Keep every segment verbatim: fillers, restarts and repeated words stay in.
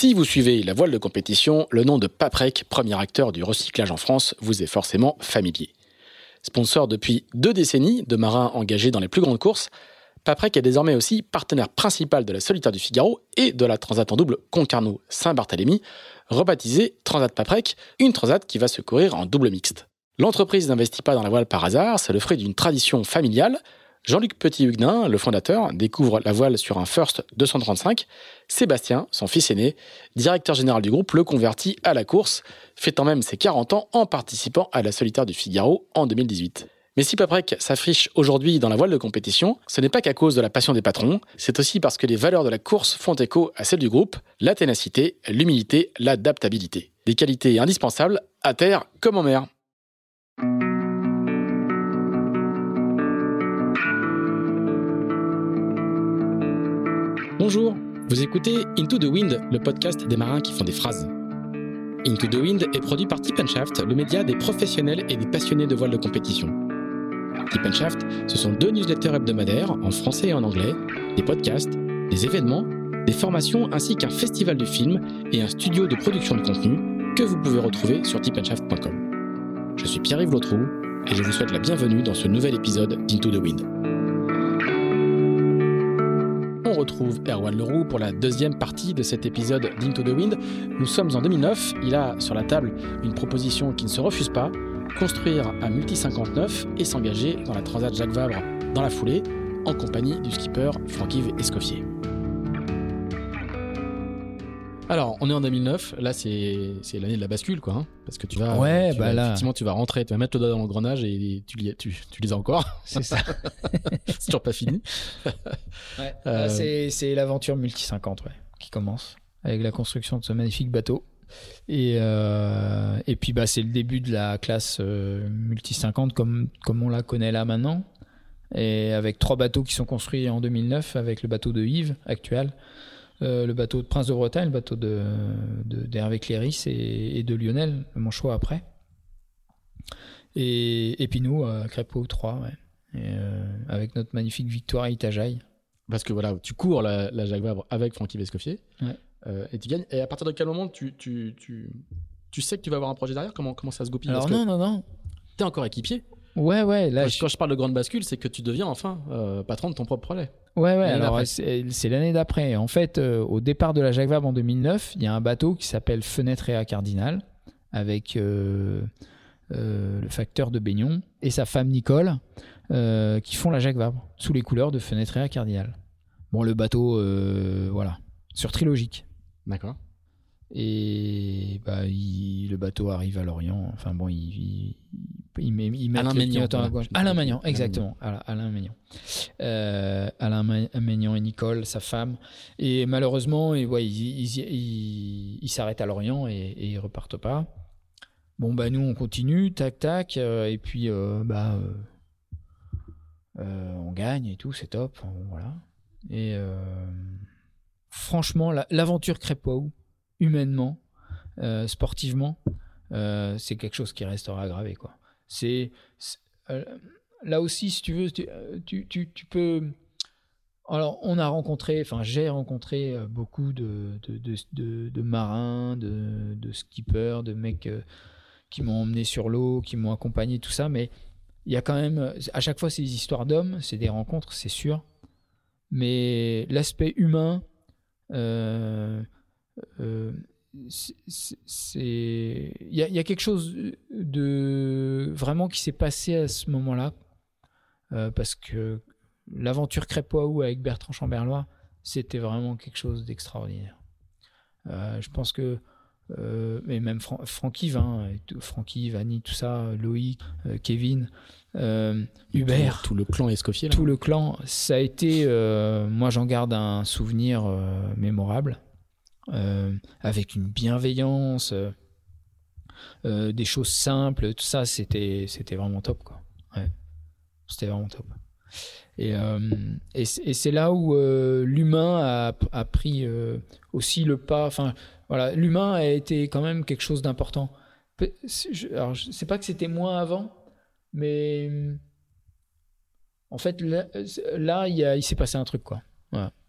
Si vous suivez la voile de compétition, le nom de Paprec, premier acteur du recyclage en France, vous est forcément familier. Sponsor depuis deux décennies de marins engagés dans les plus grandes courses, Paprec est désormais aussi partenaire principal de la Solitaire du Figaro et de la Transat en double Concarneau-Saint-Barthélemy, rebaptisée Transat Paprec, une transat qui va se courir en double mixte. L'entreprise n'investit pas dans la voile par hasard, c'est le fruit d'une tradition familiale. Jean-Luc Petit-Huguenin, le fondateur, découvre la voile sur un First deux cent trente-cinq. Sébastien, son fils aîné, directeur général du groupe, le convertit à la course, fêtant même ses quarante ans en participant à la Solitaire du Figaro en deux mille dix-huit. Mais si Paprec s'affiche aujourd'hui dans la voile de compétition, ce n'est pas qu'à cause de la passion des patrons, c'est aussi parce que les valeurs de la course font écho à celles du groupe, la ténacité, l'humilité, l'adaptabilité. Des qualités indispensables à terre comme en mer. Bonjour, vous écoutez Into the Wind, le podcast des marins qui font des phrases. Into the Wind est produit par Tip and Shaft, le média des professionnels et des passionnés de voile de compétition. Tip and Shaft, ce sont deux newsletters hebdomadaires en français et en anglais, des podcasts, des événements, des formations ainsi qu'un festival de films et un studio de production de contenu que vous pouvez retrouver sur tip and shaft point com. Je suis Pierre-Yves Lautroux et je vous souhaite la bienvenue dans ce nouvel épisode d'Into the Wind. On retrouve Erwan Leroux pour la deuxième partie de cet épisode d'Into the Wind. Nous sommes en deux mille neuf, il a sur la table une proposition qui ne se refuse pas, construire un multi cinquante-neuf et s'engager dans la Transat Jacques Vabre dans la foulée, en compagnie du skipper Franck-Yves Escoffier. Alors, on est en deux mille neuf, là c'est, c'est l'année de la bascule, quoi, hein, parce que tu vas, ouais, tu bah vas là... effectivement, tu vas rentrer, tu vas mettre le doigt dans l'engrenage et tu, tu, tu les as encore. C'est ça. C'est toujours pas fini. Ouais. Euh... C'est, c'est l'aventure multi cinquante, ouais, qui commence avec la construction de ce magnifique bateau. Et, euh, et puis bah, c'est le début de la classe euh, multi cinquante comme, comme on la connaît là maintenant. Et avec trois bateaux qui sont construits en deux mille neuf, avec le bateau de Yves actuel. Euh, le bateau de Prince de Bretagne, le bateau de, de, d'Hervé Cléris et, et de Lionel, mon choix après. Et, et puis nous, euh, Crépeau trois, ouais. Et, euh, avec notre magnifique victoire à Itajaï. Parce que voilà, tu cours la, la Jacques Vabre avec Franck-Yves Escoffier, ouais. euh, et tu gagnes. Et à partir de quel moment tu, tu, tu, tu sais que tu vas avoir un projet derrière? Comment, comment ça se goupille? Alors non, non, non. T'es encore équipier. Ouais, ouais. Là, quand, je... quand je parle de grande bascule, c'est que tu deviens enfin euh, patron de ton propre projet. Ouais, ouais. Alors c'est, c'est l'année d'après. En fait, euh, au départ de la Jacques Vabre en deux mille neuf, il y a un bateau qui s'appelle Fenêtre Réa Cardinal avec euh, euh, le facteur de Baignon et sa femme Nicole euh, qui font la Jacques Vabre sous les couleurs de Fenêtre Réa Cardinal. Bon, le bateau, euh, voilà, sur Trilogique. D'accord. Et bah, il, le bateau arrive à Lorient. Enfin bon, il, il, il met, il met Alain Maignan. Voilà. Alain Maignan, exactement. Alain, Alain Maignan. Euh, Alain Maignan et Nicole, sa femme. Et malheureusement, et ouais, ils, ils, ils, ils s'arrêtent à Lorient et, et ils repartent pas. Bon, bah nous, on continue, tac, tac. Euh, et puis, euh, bah, euh, euh, on gagne et tout, c'est top. Voilà. Et euh, franchement, la, l'aventure Crépeau, humainement, euh, sportivement, euh, c'est quelque chose qui restera gravé, quoi. C'est, c'est euh, là aussi, si tu veux, tu, tu, tu, tu peux. Alors, on a rencontré, enfin, j'ai rencontré beaucoup de, de, de, de, de marins, de, de skippers, de mecs euh, qui m'ont emmené sur l'eau, qui m'ont accompagné, tout ça, mais il y a quand même, à chaque fois, c'est des histoires d'hommes, c'est des rencontres, c'est sûr, mais l'aspect humain. Euh, Euh, c'est il y, y a quelque chose de vraiment qui s'est passé à ce moment-là euh, parce que l'aventure Crépeau avec Bertrand Chamberlois, c'était vraiment quelque chose d'extraordinaire. Euh, je pense que euh, mais même Fran- Franck-Yves, hein, Franck-Yves, Annie, tout ça, Loïc, euh, Kevin, euh, Hubert, tout, tout le clan Escoffier, là. Tout le clan, ça a été, euh, moi j'en garde un souvenir euh, mémorable. Euh, avec une bienveillance, euh, euh, des choses simples, tout ça, c'était, c'était vraiment top, quoi. Ouais. C'était vraiment top. Et, euh, et, et c'est là où euh, l'humain a, a pris euh, aussi le pas. Enfin, voilà, l'humain a été quand même quelque chose d'important. Alors, je ne sais pas que c'était moins avant, mais en fait, là, là il, y a, il s'est passé un truc, quoi. Voilà.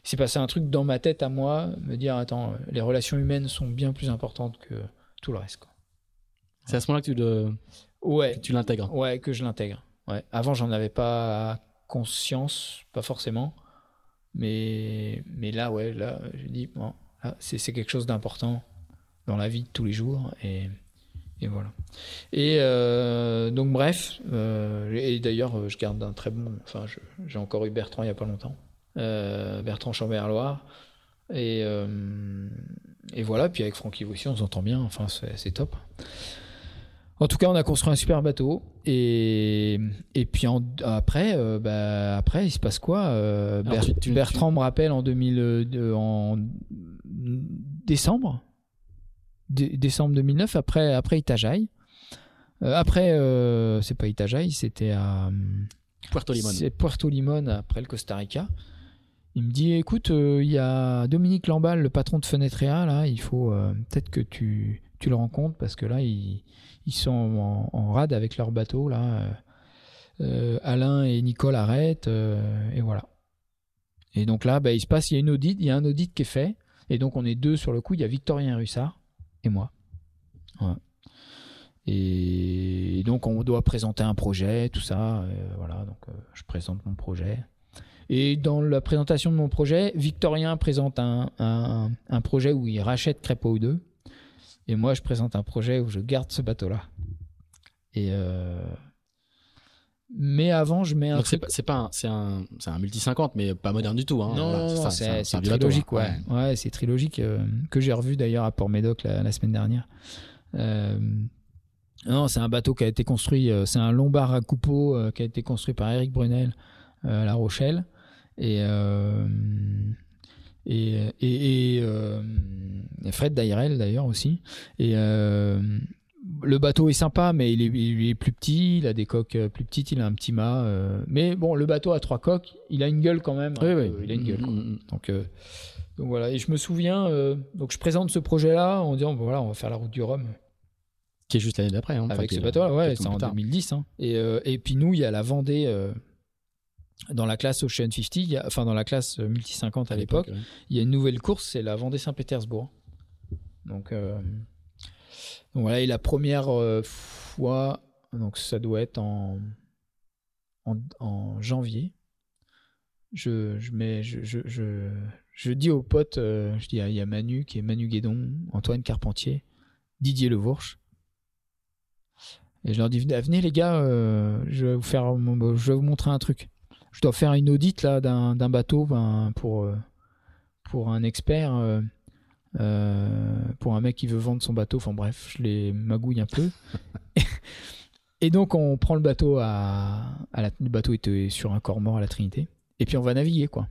il s'est passé un truc dans ma tête à moi, me dire attends, les relations humaines sont bien plus importantes que tout le reste, quoi. C'est à ce moment-là que tu, le... ouais. que tu l'intègres. Ouais, que je l'intègre. Ouais. Avant, j'en avais pas conscience, pas forcément. Mais, mais là, ouais, là, j'ai dit, bon, là, c'est, c'est quelque chose d'important dans la vie de tous les jours. Et, et voilà. Et euh, donc, bref, euh, et d'ailleurs, je garde un très bon. Enfin, je, j'ai encore eu Bertrand il n'y a pas longtemps. Euh, Bertrand Chambert-Loire. Et, euh, et voilà, puis avec Francky aussi, on s'entend bien. Enfin, c'est, c'est top. En tout cas, on a construit un super bateau et, et puis en, après, euh, bah, après, il se passe quoi euh, Ber- tu, tu, Bertrand tu... me rappelle en, deux mille, euh, en décembre, D- décembre deux mille neuf, après, après Itajaï. Euh, après, euh, c'est pas Itajaï, c'était à Puerto Limón. C'est Puerto Limón, après le Costa Rica. Il me dit, écoute, il euh, y a Dominique Lamballe, le patron de Fenetrea, là, il faut euh, peut-être que tu, tu le rencontres parce que là, il Ils sont en, en rade avec leur bateau, là. Euh, Alain et Nicole arrêtent, euh, et voilà. Et donc là, bah, il se passe, il y a une audit, il y a un audit qui est fait, et donc on est deux sur le coup, il y a Victorien Russard et moi. Ouais. Et donc on doit présenter un projet, tout ça, euh, voilà, donc euh, je présente mon projet. Et dans la présentation de mon projet, Victorien présente un, un, un projet où il rachète Crépeau deux. Et moi, je présente un projet où je garde ce bateau-là. Et euh... Mais avant, je mets un Donc truc... c'est pas, c'est pas un, c'est un, c'est un multi cinquante, mais pas moderne du tout. Hein. Non, voilà, non, c'est, non, ça, c'est, c'est, un, c'est, c'est trilogique, bateau, hein. ouais. Ouais, c'est trilogique, euh, que j'ai revu d'ailleurs à Port-Médoc la, la semaine dernière. Euh... Non, c'est un bateau qui a été construit, euh, c'est un Lombard à coupeau euh, qui a été construit par Éric Brunel euh, à La Rochelle. Et... Euh... Et, et, et, euh, et Fred Dairel d'ailleurs aussi. Et euh, le bateau est sympa, mais il est, il est plus petit, il a des coques plus petites, il a un petit mât. Euh, mais bon, le bateau a trois coques, il a une gueule quand même. Oui, hein, oui. Euh, il a une gueule. Mmh. Donc, euh, donc voilà. Et je me souviens, euh, donc je présente ce projet-là en disant, bon, voilà, on va faire la route du Rhum. Qui est juste l'année d'après. Hein, avec ce bateau-là, ouais, c'est en deux mille dix. Hein. Et, euh, et puis nous, il y a la Vendée. Euh, Dans la classe Ocean cinquante, il y a, enfin dans la classe Multi cinquante à, à l'époque, l'époque ouais. Il y a une nouvelle course, c'est la Vendée-Saint-Pétersbourg. Donc, euh, donc voilà, et la première euh, fois, donc ça doit être en, en, en janvier. Je, je, mets, je, je, je, je dis aux potes, euh, je dis, il y a Manu qui est Manu Guédon, Antoine Carpentier, Didier Levourche. Et je leur dis, venez les gars, euh, je vais vous faire, je vais vous montrer un truc. Je dois faire une audit là, d'un, d'un bateau ben, pour, pour un expert, euh, euh, pour un mec qui veut vendre son bateau. Enfin bref, je les magouille un peu. Et donc on prend le bateau à, à la, le bateau était sur un corps mort à la Trinité. Et puis on va naviguer quoi.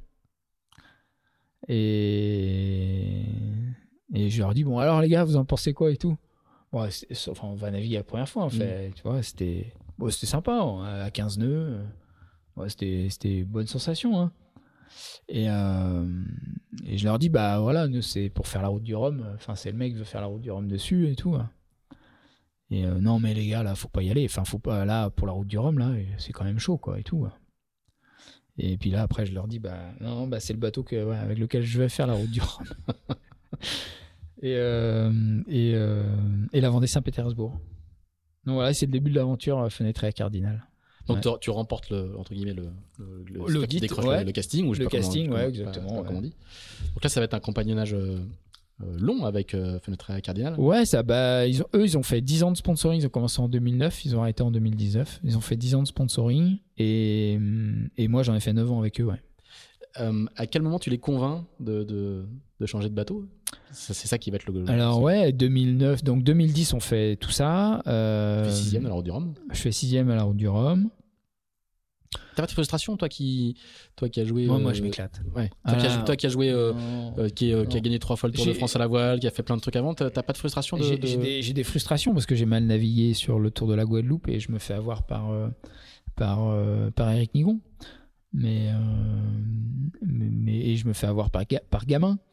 Et, et je leur dis bon alors les gars vous en pensez quoi et tout. Bon, enfin on va naviguer la première fois en fait. Mmh. Tu vois c'était, bon, c'était sympa hein, à quinze nœuds. Ouais, c'était, c'était une bonne sensation. Hein. Et, euh, et je leur dis, bah voilà, nous, c'est pour faire la route du Rhum. Enfin, c'est le mec qui veut faire la route du Rhum dessus et tout. Hein. Et euh, non, mais les gars, là, faut pas y aller. Enfin, faut pas, là, pour la route du Rhum, là, c'est quand même chaud, quoi, et tout. Hein. Et puis là, après, je leur dis, bah non, bah c'est le bateau que, ouais, avec lequel je vais faire la route du Rhum. et, euh, et, euh, et la Vendée-Saint-Pétersbourg. Donc voilà, c'est le début de l'aventure Fenetrea Cardinal. Donc ouais. tu remportes le, entre guillemets le, le, le, l'audit, décroche ouais. le, le casting ou je le sais pas casting comment, ouais comment, exactement pas, ouais. Comment on dit. Donc là ça va être un compagnonnage euh, long avec euh, Fenetrea Cardinal. Ouais ça bah ils ont, eux ils ont fait dix ans de sponsoring, ils ont commencé en deux mille neuf, ils ont arrêté en deux mille dix-neuf, ils ont fait dix ans de sponsoring et et moi j'en ai fait neuf ans avec eux ouais. Euh, à quel moment tu les convaincs de de, de changer de bateau? C'est ça qui va être le. Alors ouais, deux mille neuf, donc deux mille dix on fait tout ça. Euh, tu fais sixième à la route du Rhum. Je fais sixième à la route du Rhum. T'as pas de frustration, toi qui, toi qui as joué. Moi, euh, moi je m'éclate. Ouais. Toi, qui as, toi qui as joué, euh, euh, qui, euh, qui a gagné trois fois le Tour j'ai... de France à la voile, qui a fait plein de trucs avant, t'as, t'as pas de frustration de, j'ai, de... J'ai, des, j'ai des frustrations parce que j'ai mal navigué sur le Tour de la Guadeloupe et je me fais avoir par euh, par euh, par Eric Nigon. Mais, euh, mais, mais et je me fais avoir par par Gamin.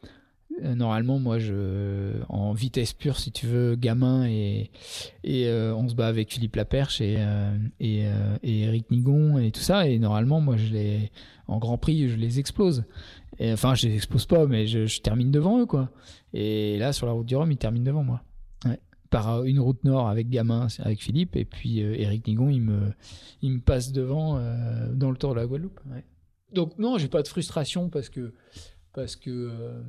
Euh, normalement, moi, je, en vitesse pure, si tu veux, gamin, et, et euh, on se bat avec Philippe Laperche et, euh, et, euh, et Eric Nigon et tout ça. Et normalement, moi, je les, en Grand Prix, je les explose. Et, enfin, je les explose pas, mais je, je termine devant eux, quoi. Et là, sur la route du Rhum, ils terminent devant moi. Ouais. Par une route nord avec gamin, avec Philippe, et puis euh, Eric Nigon, il me, il me passe devant euh, dans le Tour de la Guadeloupe. Ouais. Donc, non, j'ai pas de frustration parce que. Parce que euh,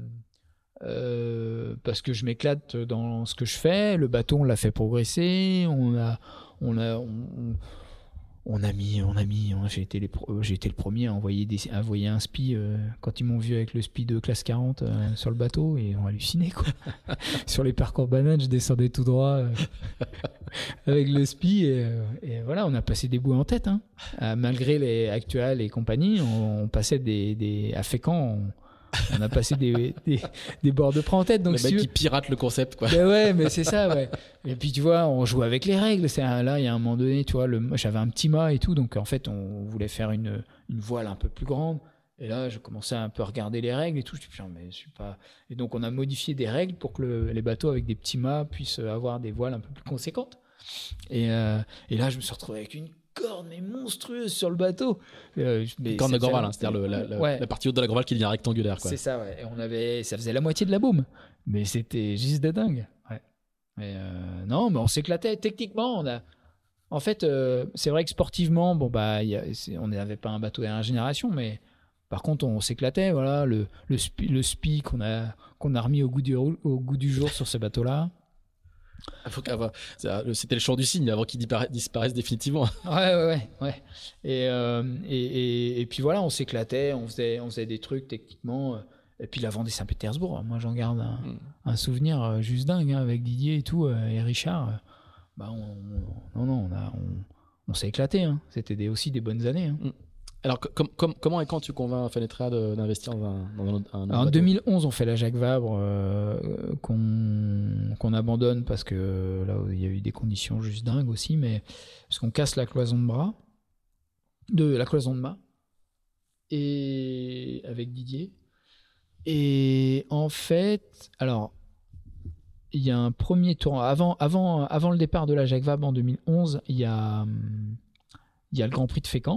Euh, parce que je m'éclate dans ce que je fais. Le bateau, on l'a fait progresser. On a, on a, on, on a mis, on a mis. J'ai été, les, j'ai été le premier à envoyer, des, à envoyer un spi euh, quand ils m'ont vu avec le spi de classe quarante euh, sur le bateau, et ils ont halluciné, quoi. Sur les parcours bananes, je descendais tout droit euh, avec le spi et, euh, et voilà, on a passé des bouées en tête. Hein. Euh, malgré les actuels et compagnie, on, on passait des, des à Fécamp. On, On a passé des, des, des bords de près en tête. Donc, le si mec tu qui veux... pirate le concept, quoi. Ben ouais, mais c'est ça, ouais. Et puis tu vois, on joue avec les règles. C'est un, là, il y a un moment donné, tu vois, le, j'avais un petit mât et tout, donc en fait, on voulait faire une, une voile un peu plus grande. Et là, je commençais un peu à regarder les règles et tout. Je me suis dit, mais je suis pas. Et donc, on a modifié des règles pour que le, les bateaux avec des petits mâts puissent avoir des voiles un peu plus conséquentes. Et, euh, et là, je me suis retrouvé avec une corne mais monstrueuse sur le bateau. Euh, mais corne de Grandval, hein, c'est-à-dire le, la, la, ouais. la partie haute de la Grandval qui devient rectangulaire, quoi. C'est ça, ouais. Et on avait, ça faisait la moitié de la baume, mais c'était juste de dingue. Ouais. Et euh, non, mais on s'éclatait. Techniquement, on a. En fait, euh, c'est vrai que sportivement, bon bah, y a, on n'avait pas un bateau dernière génération, mais par contre, on s'éclatait. Voilà, le le spi, le spi qu'on a qu'on a remis au goût du au goût du jour sur ce bateau-là. C'était le chant du cygne avant qu'il disparaisse définitivement. Ouais, ouais, ouais. ouais. Et, euh, et, et, et puis voilà, on s'éclatait, on faisait, on faisait des trucs techniquement. Et puis la Vendée Saint-Pétersbourg, moi j'en garde un, mm. un souvenir juste dingue hein, avec Didier et tout, et Richard. Bah, on, on, non, non, on, a, on, on s'est éclaté. Hein. C'était des, aussi des bonnes années. Hein. Mm. Alors, com, com, comment et quand tu convaincs Fennetra d'investir dans un, dans un, un En deux mille onze, on fait la Jacques Vabre euh, qu'on, qu'on abandonne parce que là, il y a eu des conditions juste dingues aussi, mais parce qu'on casse la cloison de bras, de la cloison de mât, et avec Didier. Et en fait, alors, il y a un premier tour avant, avant, avant le départ de la Jacques Vabre en deux mille onze. Il y a, il y a le Grand Prix de Fécamp.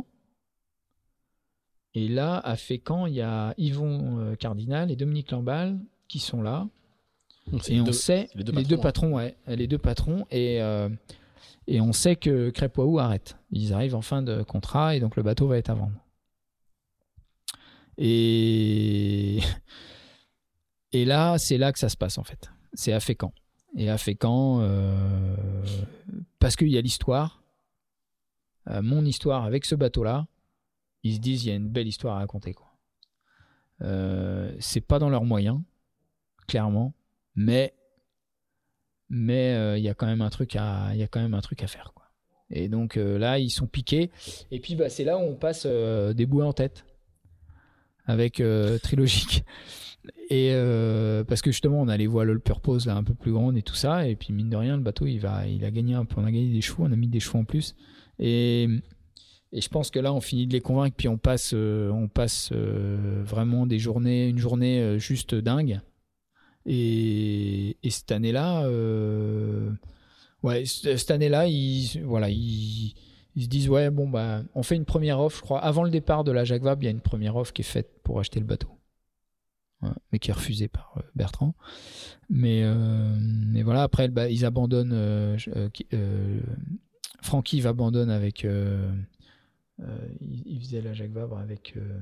Et là, à Fécamp, il y a Yvon Cardinal et Dominique Lamballe qui sont là. Donc, et on deux, sait, les deux patrons, les deux patrons, hein. ouais, les deux patrons, et, euh, et on sait que Crêpe-Waou arrête. Ils arrivent en fin de contrat, et donc le bateau va être à vendre. Et, et là, c'est là que ça se passe, en fait. C'est à Fécamp. Et à Fécamp, euh, parce qu'il y a l'histoire, euh, mon histoire avec ce bateau-là, ils se disent il y a une belle histoire à raconter, quoi. Euh, c'est pas dans leurs moyens, clairement, mais mais il euh, y a quand même un truc à il y a quand même un truc à faire, quoi. Et donc euh, là ils sont piqués, et puis bah c'est là où on passe euh, des bouées en tête avec euh, Trilogique, et euh, parce que justement on a les voiles All Purpose là un peu plus grandes et tout ça, et puis mine de rien le bateau il va il a gagné un peu, on a gagné des chevaux, on a mis des chevaux en plus, et Et je pense que là, on finit de les convaincre, puis on passe, euh, on passe euh, vraiment des journées, une journée euh, juste dingue. Et, et cette année-là, euh, ouais, cette année-là, ils, voilà, ils, ils se disent ouais, bon bah, on fait une première offre, je crois, avant le départ de la Jacques Vabre, il y a une première offre qui est faite pour acheter le bateau, ouais, mais qui est refusée par euh, Bertrand. Mais, euh, mais voilà, après, bah, ils abandonnent. Euh, euh, Francky abandonne avec. Euh, Euh, il, il faisait la Jacques Vabre avec euh,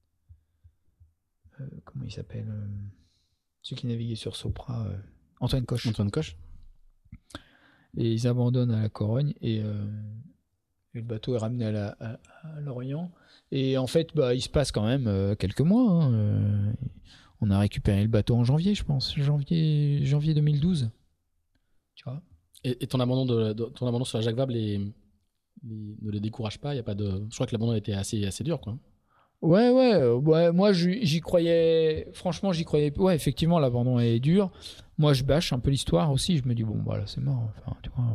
euh, comment il s'appelle euh, celui qui naviguait sur Sopra, euh, Antoine Coche. Antoine Coche. Et ils abandonnent à la Corogne, et, euh, et le bateau est ramené à, la, à, à Lorient. Et en fait, bah, il se passe quand même euh, quelques mois. Hein, euh, on a récupéré le bateau en janvier, je pense, janvier, janvier deux mille douze. Tu vois. Et, et ton abandon de, de ton abandon sur la Jacques Vabre, les Les, ne les décourage pas, y a pas de. Je crois que l'abandon était assez, assez dur, quoi. Ouais, ouais, euh, ouais moi j'y, j'y croyais, franchement j'y croyais, ouais, effectivement l'abandon est dur. Moi je bâche un peu l'histoire aussi, je me dis bon voilà, c'est mort, enfin tu vois.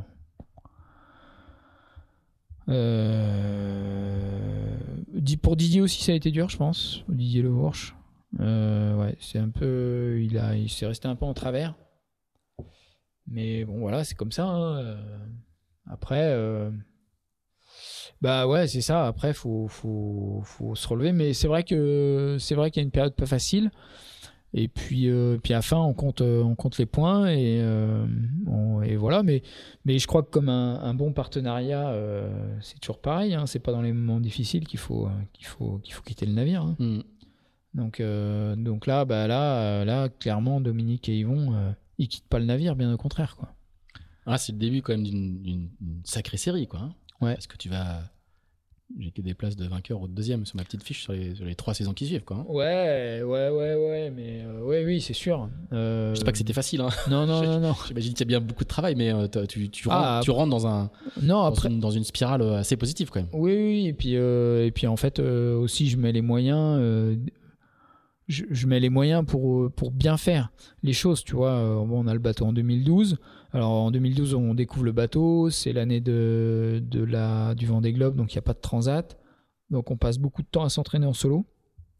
Euh... Pour Didier aussi ça a été dur, je pense, Didier Le Bourge. Euh, ouais, c'est un peu, il a, il s'est resté un peu en travers. Mais bon, voilà, c'est comme ça. Hein. Euh, après, euh, bah ouais, c'est ça. Après, faut, faut, faut se relever. Mais c'est vrai que c'est vrai qu'il y a une période pas facile. Et puis, euh, puis à la fin, on compte, euh, on compte les points et, euh, on, et voilà. Mais, mais je crois que comme un, un bon partenariat, euh, c'est toujours pareil. Hein. C'est pas dans les moments difficiles qu'il faut, qu'il faut, qu'il faut quitter le navire. Hein. Mm. Donc, euh, donc là, bah là, là, clairement, Dominique et Yvon, euh, ils quittent pas le navire, bien au contraire, quoi. Ah, c'est le début quand même d'une, d'une, d'une sacrée série, quoi. Hein. Ouais. Parce que tu vas. J'ai que des places de vainqueur ou de deuxième sur ma petite fiche sur les, sur les trois saisons qui suivent, quoi. Hein. Ouais, ouais, ouais, ouais, mais euh, ouais, oui, c'est sûr. Euh... Je sais pas que c'était facile, hein. Non, non, non, non. J'imagine qu'il y a bien beaucoup de travail, mais euh, tu, tu, rentres, Ah, tu rentres dans un, non, dans, après... une, dans une spirale assez positive, quand même. Oui, oui, et puis, euh, et puis en fait euh, aussi, je mets les moyens. Euh, je, je mets les moyens pour pour bien faire les choses, tu vois. Euh, bon, on a le bateau en deux mille douze. Alors en deux mille douze, on découvre le bateau. C'est l'année de de la du Vendée Globe, donc il y a pas de transat. Donc on passe beaucoup de temps à s'entraîner en solo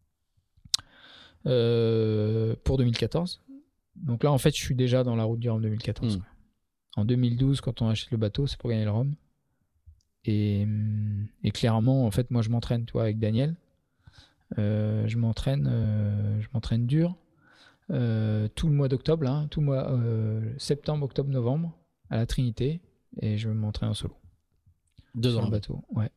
euh, pour deux mille quatorze. Donc là, en fait, je suis déjà dans la route du Rhum deux mille quatorze. Mmh. En deux mille douze, quand on achète le bateau, c'est pour gagner le Rhum. Et, et clairement, en fait, moi, je m'entraîne, tu vois, avec Daniel. Euh, je m'entraîne, euh, je m'entraîne dur euh, tout le mois d'octobre, hein, tout le mois euh, septembre, octobre, novembre à la Trinité, et je m'entraîne en solo. Deux ans. Sur le bateau, ouais.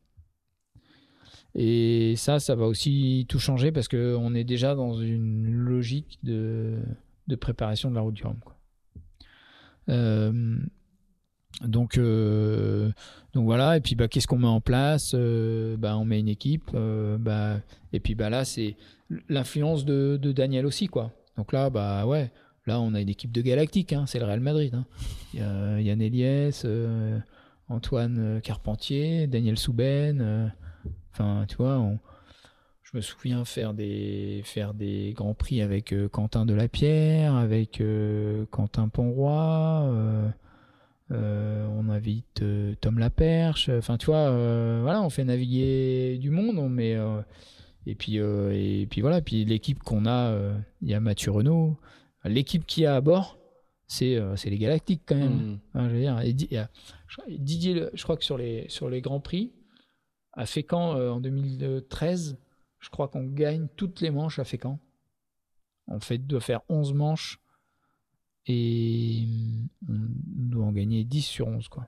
Et ça, ça va aussi tout changer parce que on est déjà dans une logique de, de préparation de la route du Rhum, quoi. Euh, donc, euh, donc voilà. Et puis, bah, qu'est-ce qu'on met en place ? euh, bah, on met une équipe. Euh, bah, et puis, bah, là, c'est l'influence de, de Daniel aussi, quoi. Donc là, bah ouais. Là, on a une équipe de galactique. Hein, c'est le Real Madrid. Hein. Il y a Yann Eliès, euh, Antoine Carpentier, Daniel Souben. Euh, Enfin, tu vois, on... je me souviens faire des, faire des grands prix avec euh, Quentin Delapierre, avec euh, Quentin Ponroy, euh, euh, on invite euh, Tom Laperche. Enfin, tu vois, euh, voilà, on fait naviguer du monde, on met, euh, et puis, euh, et puis voilà, puis l'équipe qu'on a, il euh, y a Mathieu Renaud, l'équipe qu'il y a à bord, c'est, euh, c'est les Galactiques quand même. Mmh. Enfin, je veux dire, et, et, Didier, je crois que sur les, sur les grands prix. À Fécamp, euh, en deux mille treize, je crois qu'on gagne toutes les manches à Fécamp. On fait, doit faire onze manches et on doit en gagner dix sur onze, quoi.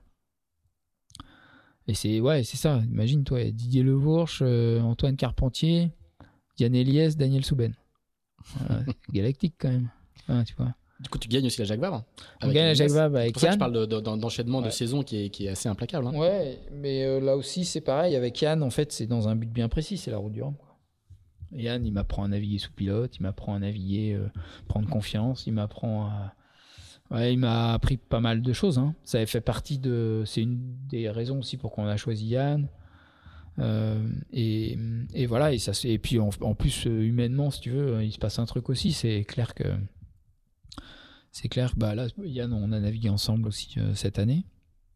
Et c'est, ouais, c'est ça. Imagine, toi, Didier Levourche, euh, Antoine Carpentier, Yann Eliès, Daniel Souben. Voilà, galactique, quand même. Ah, tu vois. Du coup, tu gagnes aussi la Jacques Vabre. On gagne la Jacques Vabre avec Yann. C'est pour ça que je parle de, de, d'enchaînement ouais. de saison qui est, qui est assez implacable. Hein. Ouais, mais euh, là aussi, c'est pareil. Avec Yann, en fait, c'est dans un but bien précis. C'est la route du Rhum, quoi. Yann, il m'apprend à naviguer sous pilote. Il m'apprend à naviguer, euh, prendre confiance. Il m'apprend à... Ouais, il m'a appris pas mal de choses. Hein. Ça avait fait partie de... C'est une des raisons aussi pour qu'on a choisi Yann. Euh, et, et voilà. Et, ça, et puis, en, en plus, humainement, si tu veux, il se passe un truc aussi. C'est clair que... C'est clair, bah là, Yann, on a navigué ensemble aussi euh, cette année.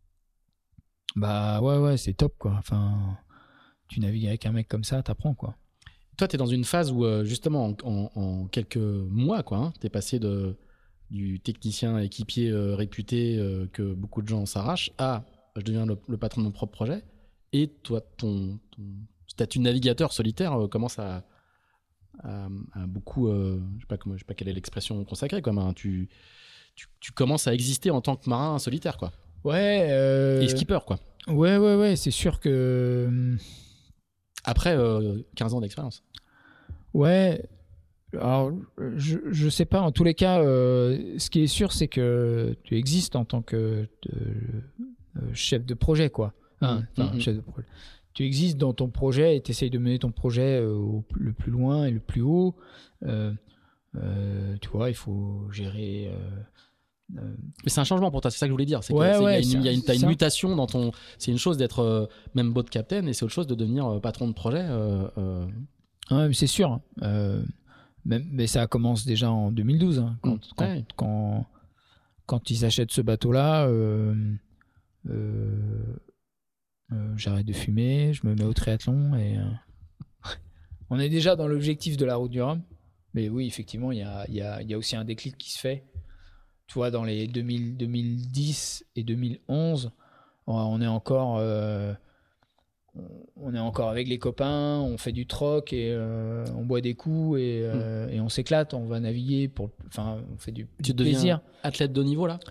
Bah ouais, ouais, c'est top, quoi. Enfin, tu navigues avec un mec comme ça, t'apprends, quoi. Toi, t'es dans une phase où, euh, justement, en, en, en quelques mois, quoi, hein, t'es passé de, du technicien équipier euh, réputé euh, que beaucoup de gens s'arrachent à je deviens le, le patron de mon propre projet. Et toi, ton, ton statut de navigateur solitaire euh, commence à... À, à beaucoup, euh, je sais pas comment, je sais pas quelle est l'expression consacrée, quoi, mais tu, tu, tu commences à exister en tant que marin solitaire, quoi. Ouais. Euh... Et skipper, quoi. Ouais, ouais, ouais, c'est sûr que après euh, quinze ans d'expérience. Ouais. Alors, je, je sais pas. En tous les cas, euh, ce qui est sûr, c'est que tu existes en tant que de, euh, chef de projet, quoi. Hein, mmh, enfin, mmh. chef de projet. Tu existes dans ton projet et tu essayes de mener ton projet euh, au, le plus loin et le plus haut. Euh, euh, tu vois, il faut gérer... Euh, euh... Mais c'est un changement pour toi, c'est ça que je voulais dire. C'est ouais, que, ouais, il y a une, il y a une, t'as une ça. mutation dans ton... C'est une chose d'être euh, même boat captain et c'est autre chose de devenir euh, patron de projet. Euh, euh... Ouais, mais c'est sûr. Euh, même, mais ça commence déjà en deux mille douze. Hein, quand, mmh. quand, ouais. quand, quand ils achètent ce bateau-là... Euh, euh, Euh, j'arrête de fumer, je me mets au triathlon et euh... on est déjà dans l'objectif de la route du Rhum, Mais oui, effectivement, il y a, y, a, y a aussi un déclic qui se fait. Tu vois, dans les deux mille, deux mille dix et deux mille onze, on est encore, euh, on est encore avec les copains, on fait du troc et euh, on boit des coups et, euh, mmh. et on s'éclate, on va naviguer, pour, enfin, on fait du, tu du plaisir. Athlète de haut niveau là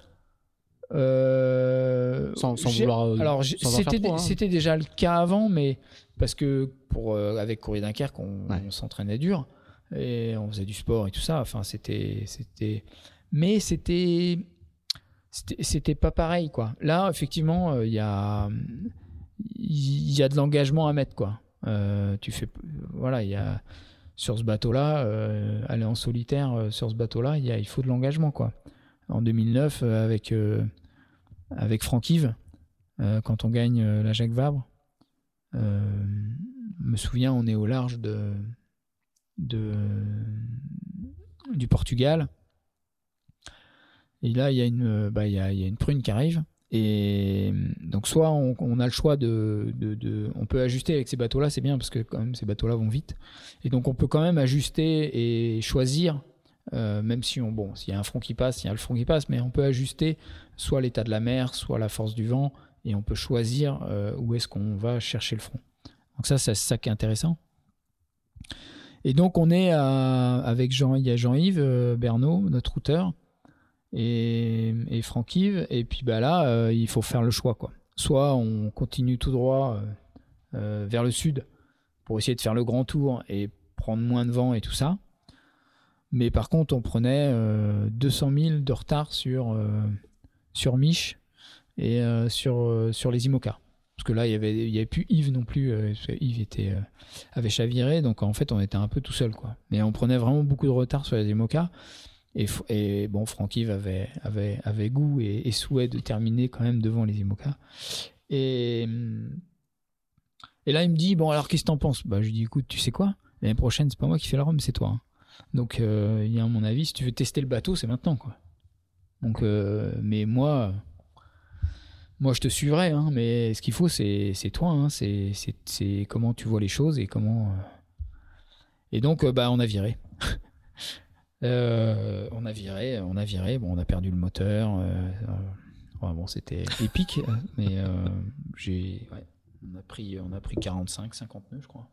euh, Sans, sans vouloir. Euh, alors, sans c'était, trop, hein. c'était déjà le cas avant, mais parce que pour, euh, avec Courrier Dunkerque, on, ouais. on s'entraînait dur et on faisait du sport et tout ça. Enfin, c'était, c'était, mais c'était, c'était, c'était pas pareil, quoi. Là, effectivement, il euh, y a, il y a de l'engagement à mettre, quoi. Euh, tu fais, voilà, il y a sur ce bateau-là, euh, aller en solitaire euh, sur ce bateau-là, il y a, il faut de l'engagement, quoi. En deux mille neuf, euh, avec euh, avec Franck-Yves, euh, quand on gagne euh, la Jacques Vabre, euh, me souviens, on est au large de, de du Portugal. Et là, il y a une, bah, il y a, il y a une prune qui arrive. Et donc, soit on, on a le choix de, de, de, on peut ajuster avec ces bateaux-là, c'est bien parce que quand même ces bateaux-là vont vite. Et donc, on peut quand même ajuster et choisir. Euh, même si on, bon, s'il y a un front qui passe, il y a le front qui passe, mais on peut ajuster soit l'état de la mer, soit la force du vent, et on peut choisir euh, où est-ce qu'on va chercher le front. Donc ça, c'est ça qui est intéressant. Et donc on est à, avec Jean, il y a Jean-Yves euh, Bernot, notre routeur, et, et Franck-Yves, et puis bah là, euh, il faut faire le choix, quoi. Soit on continue tout droit euh, euh, vers le sud pour essayer de faire le grand tour et prendre moins de vent et tout ça. Mais par contre, on prenait euh, deux cent mille de retard sur, euh, sur Mich et euh, sur, euh, sur les IMOCA. Parce que là, il n'y avait, il y avait plus Yves non plus. Euh, Yves était, euh, avait chaviré, donc en fait, on était un peu tout seul, quoi. Mais on prenait vraiment beaucoup de retard sur les IMOCA. Et, et bon, Franck-Yves avait, avait, avait goût et, et souhait de terminer quand même devant les IMOCA. Et, et là, il me dit, bon, alors qu'est-ce que t'en penses ? Bah, je lui dis, écoute, tu sais quoi ? L'année prochaine, c'est pas moi qui fais la Rome, c'est toi. Hein. Donc, euh, il y a, à mon avis, si tu veux tester le bateau, c'est maintenant, quoi. Donc, euh, mais moi, moi, je te suivrai, hein, mais ce qu'il faut, c'est, c'est toi, hein, c'est, c'est, c'est comment tu vois les choses et comment. Euh... Et donc, euh, bah, on a viré. euh, on a viré, on a viré. Bon, on a perdu le moteur. Euh, euh, ouais, bon, c'était épique, mais euh, j'ai, ouais, on a pris, on a pris quarante-cinq, cinquante nœuds, je crois.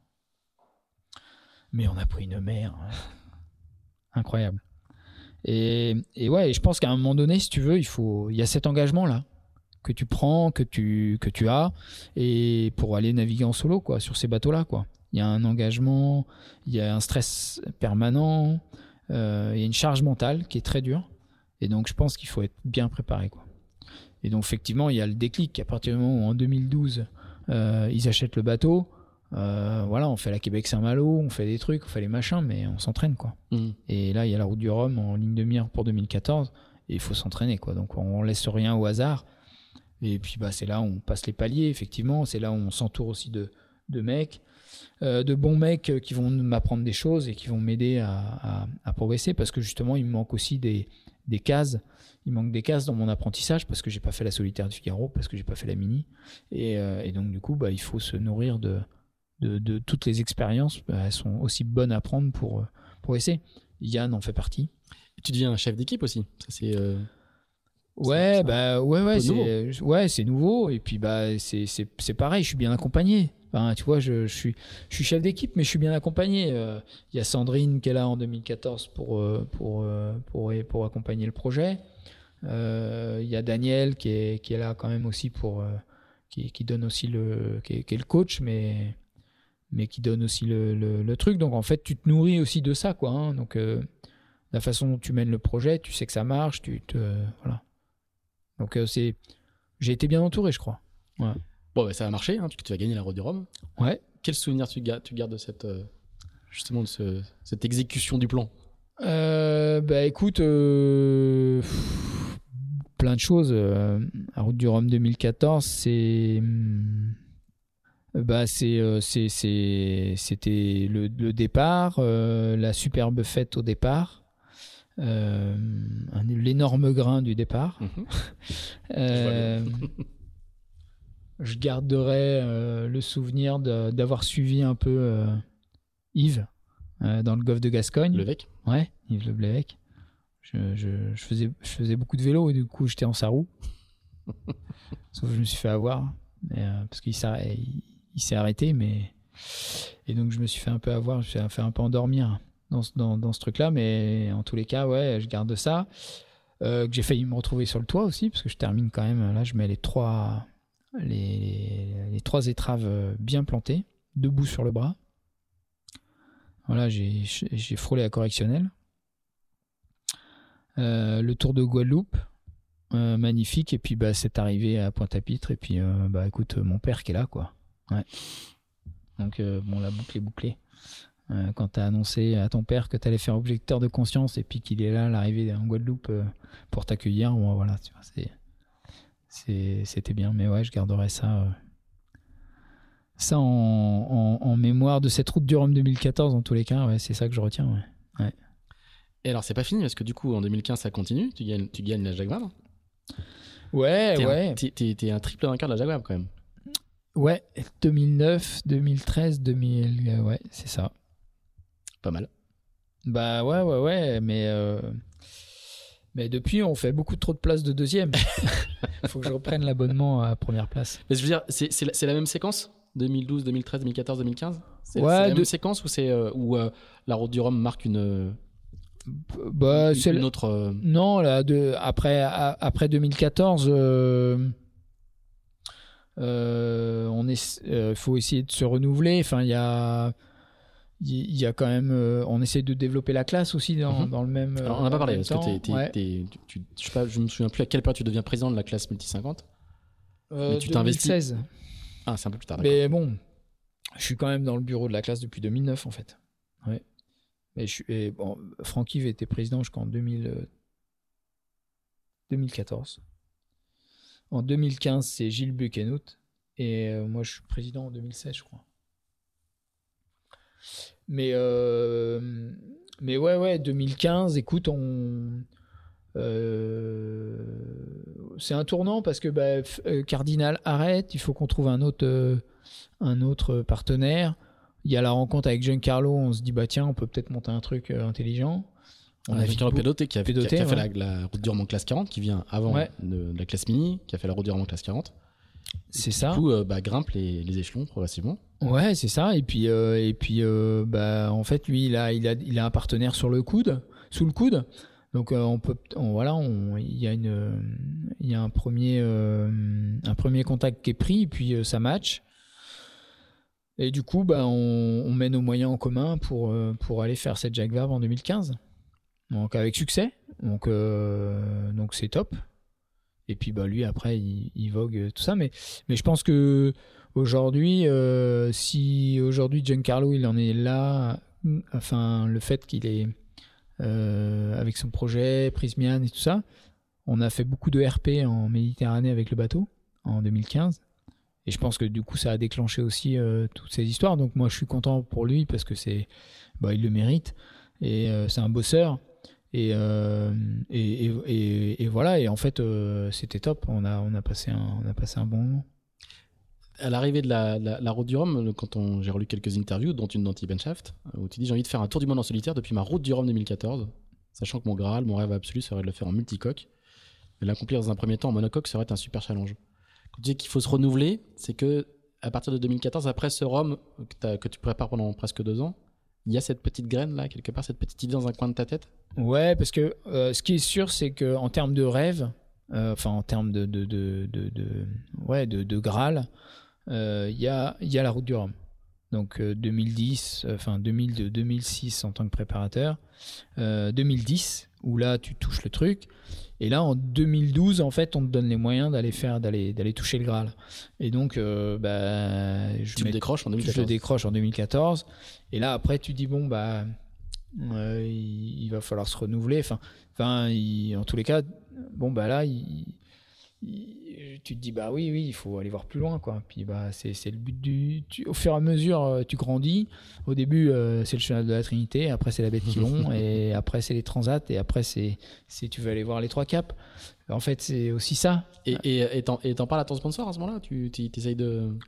Mais on a pris une mer. Hein. Incroyable. Et, et ouais, je pense qu'à un moment donné, si tu veux, il faut, il y a cet engagement-là que tu prends, que tu, que tu as, et pour aller naviguer en solo, quoi, sur ces bateaux-là, quoi. Il y a un engagement, il y a un stress permanent, euh, il y a une charge mentale qui est très dure. Et donc, je pense qu'il faut être bien préparé, quoi. Et donc, effectivement, il y a le déclic. À partir du moment où, en deux mille douze, euh, ils achètent le bateau, Euh, voilà, on fait la Québec-Saint-Malo, on fait des trucs, on fait les machins, mais on s'entraîne, quoi. Mmh. Et là, il y a la route du Rhum en ligne de mire pour deux mille quatorze, et il faut s'entraîner, quoi. Donc, on laisse rien au hasard. Et puis, bah, c'est là où on passe les paliers, effectivement. C'est là où on s'entoure aussi de, de mecs, euh, de bons mecs qui vont m'apprendre des choses et qui vont m'aider à, à, à progresser, parce que justement, il me manque aussi des, des cases. Il manque des cases dans mon apprentissage parce que j'ai pas fait la solitaire du Figaro, parce que j'ai pas fait la mini. Et, euh, et donc, du coup, bah, il faut se nourrir de De, de toutes les expériences, elles sont aussi bonnes à prendre pour, pour essayer. Yann en fait partie. Et tu deviens un chef d'équipe aussi. Ça, c'est, euh, ouais, c'est, bah, ouais, ouais, c'est, ouais, c'est nouveau. Et puis, bah, c'est, c'est, c'est pareil, je suis bien accompagné. Enfin, tu vois, je, je, suis, je suis chef d'équipe, mais je suis bien accompagné. Il euh, y a Sandrine qui est là en deux mille quatorze pour, euh, pour, euh, pour, pour accompagner le projet. Il euh, y a Daniel qui est, qui est là quand même aussi pour. Euh, qui, qui donne aussi le. Qui est, qui est le coach, mais. mais qui donne aussi le, le, le truc. Donc, en fait, tu te nourris aussi de ça, quoi. Hein. Donc, euh, la façon dont tu mènes le projet, tu sais que ça marche, tu te... Euh, voilà. Donc, euh, c'est... J'ai été bien entouré, je crois. Ouais. Bon, bah, ça a marché, hein, tu, tu vas gagner la Route du Rhum. Ouais. Quel souvenir tu gardes, tu gardes de cette, euh, justement, de ce, cette exécution du plan ? euh, Bah, écoute, euh, pff, plein de choses. Euh, la Route du Rhum deux mille quatorze, c'est... Bah c'est, euh, c'est, c'est, c'était le, le départ, euh, la superbe fête au départ, euh, un, l'énorme grain du départ. Mmh. euh, je garderai euh, le souvenir de, d'avoir suivi un peu euh, Yves, euh, dans le golfe de Gascogne. Levec. Ouais, Yves Le Blévec. Je, je, je, faisais, je faisais beaucoup de vélo et du coup, j'étais en sarrou. Sauf que je me suis fait avoir. Mais, euh, parce qu'il s'est, il, il s'est arrêté. Mais... Et donc, je me suis fait un peu avoir. Je me suis fait un peu endormir dans, dans, dans ce truc-là. Mais en tous les cas, ouais, je garde ça. Euh, que j'ai failli me retrouver sur le toit aussi. Parce que je termine quand même. Là, je mets les trois, les, les trois étraves bien plantées. Debout sur le bras. Voilà, j'ai, j'ai frôlé la correctionnelle. Euh, le Tour de Guadeloupe, euh, magnifique. Et puis, bah, c'est arrivé à Pointe-à-Pitre. Et puis, euh, bah, écoute, mon père qui est là, quoi. Ouais. Donc, euh, bon, la boucle est bouclée. Euh, quand tu as annoncé à ton père que tu allais faire objecteur de conscience et puis qu'il est là à l'arrivée en Guadeloupe euh, pour t'accueillir, bon, voilà, tu vois, c'est, c'est, c'était bien. Mais ouais, je garderai ça. Euh, Ça en, en, en mémoire de cette route du Rhum deux mille quatorze, en tous les cas, ouais, c'est ça que je retiens. Ouais. Ouais. Et alors, c'est pas fini, parce que du coup, en deux mille quinze, ça continue. Tu gagnes, tu gagnes la Jacques Vabre. Ouais, t'es ouais. Un, t'es, t'es, t'es un triple vainqueur de la Jacques Vabre, quand même. Ouais, deux mille neuf, deux mille treize, deux mille... Euh, ouais, c'est ça. Pas mal. Bah ouais, ouais, ouais, mais... Euh... Mais depuis, on fait beaucoup trop de places de deuxième. Il faut que je reprenne l'abonnement à première place. Mais je veux dire, c'est, c'est, la, c'est la même séquence deux mille douze, deux mille treize, deux mille quatorze, deux mille quinze C'est, ouais, c'est la de... même séquence où, c'est, euh, où euh, la route du Rhum marque une, bah, une, c'est une autre... Euh... Non, là, de, après, à, après deux mille quatorze, euh, euh, on est, euh, faut essayer de se renouveler. Enfin, il y a... Il y a quand même, euh, on essaie de développer la classe aussi dans, mm-hmm. dans le même. Alors, on n'a pas parlé parce temps. que t'es, t'es, ouais. t'es, tu, tu, je sais pas, je me souviens plus à quelle période tu deviens président de la classe multi cinquante. Euh, mais tu deux mille seize. t'investis. Ah, c'est un peu plus tard. D'accord. Mais bon, je suis quand même dans le bureau de la classe depuis deux mille neuf en fait. Ouais. Mais je suis, et bon, Franck-Yves était président jusqu'en deux mille, euh, deux mille quatorze. En deux mille quinze, c'est Gilles Buchenhout et euh, moi je suis président en deux mille seize, je crois. Mais, euh, mais ouais, ouais, deux mille quinze, écoute, on, euh, c'est un tournant parce que bah, Cardinal arrête, il faut qu'on trouve un autre, euh, un autre partenaire. Il y a la rencontre avec Giancarlo, on se dit, bah tiens, on peut peut-être monter un truc euh, intelligent. On, on a Giancarlo Pedoté qui a, Pedoté, qui a, qui a ouais. fait la, la route du Rhum en classe quarante, qui vient avant ouais. de, de la classe mini, qui a fait la route du Rhum en classe quarante. C'est et ça. Du coup, euh, bah, grimpe les, les échelons progressivement. Ouais, c'est ça. Et puis, euh, et puis, euh, bah, en fait, lui, il a, il a, il a un partenaire sur le coude, sous le coude. Donc, euh, on peut, on, voilà, on, il y a une, il y a un premier, euh, un premier contact qui est pris, et puis euh, ça match. Et du coup, bah, on, on met nos moyens en commun pour, euh, pour aller faire cette Jacques Vabre en deux mille quinze. Donc, avec succès. Donc, euh, donc c'est top. Et puis bah lui après il, il vogue tout ça, mais mais je pense que aujourd'hui, euh, si aujourd'hui Giancarlo il en est là, enfin le fait qu'il est euh, avec son projet Prismian et tout ça, on a fait beaucoup de R P en Méditerranée avec le bateau en deux mille quinze, et je pense que du coup ça a déclenché aussi euh, toutes ces histoires. Donc moi je suis content pour lui parce que c'est bah il le mérite et euh, c'est un bosseur. Et, euh, et, et, et, et voilà, et en fait, euh, c'était top. On a, on, a passé un, on a passé un bon moment. À l'arrivée de la, la, la route du Rhum, quand on, j'ai relu quelques interviews, dont une d'Anti-Benshaft, où tu dis j'ai envie de faire un tour du monde en solitaire depuis ma route du Rhum deux mille quatorze, sachant que mon Graal, mon rêve absolu serait de le faire en multicoque. Mais l'accomplir dans un premier temps en monocoque serait un super challenge. Quand tu dis qu'il faut se renouveler, c'est que à partir de deux mille quatorze, après ce Rhum que, que tu prépares pendant presque deux ans, il y a cette petite graine là, quelque part, cette petite idée dans un coin de ta tête? Ouais, parce que euh, ce qui est sûr, c'est qu'en termes de rêve, euh, enfin en termes de, de, de, de, de, ouais, de, de Graal, il euh, y, a, y a la route du Rhum. Donc euh, deux mille dix, enfin deux mille deux, deux mille six en tant que préparateur, euh, deux mille dix où là tu touches le truc, et là en deux mille douze en fait on te donne les moyens d'aller faire, d'aller, d'aller toucher le Graal. Et donc euh, bah, je, tu mets, le décroches en deux mille quatorze. Je le décroche en deux mille quatorze, et là après tu dis bon bah euh, il, il va falloir se renouveler. Enfin, enfin il, en tous les cas, bon bah là il, il, tu te dis bah oui oui il faut aller voir plus loin quoi. Puis bah c'est c'est le but du tu, au fur et à mesure tu grandis. Au début euh, c'est le chemin de la Trinité, après c'est la Baie de Quilon et après c'est les transats, et après c'est c'est tu veux aller voir les trois caps. En fait c'est aussi ça. Et et et t'en, et t'en parles à ton sponsor à ce moment-là, tu tu essayes de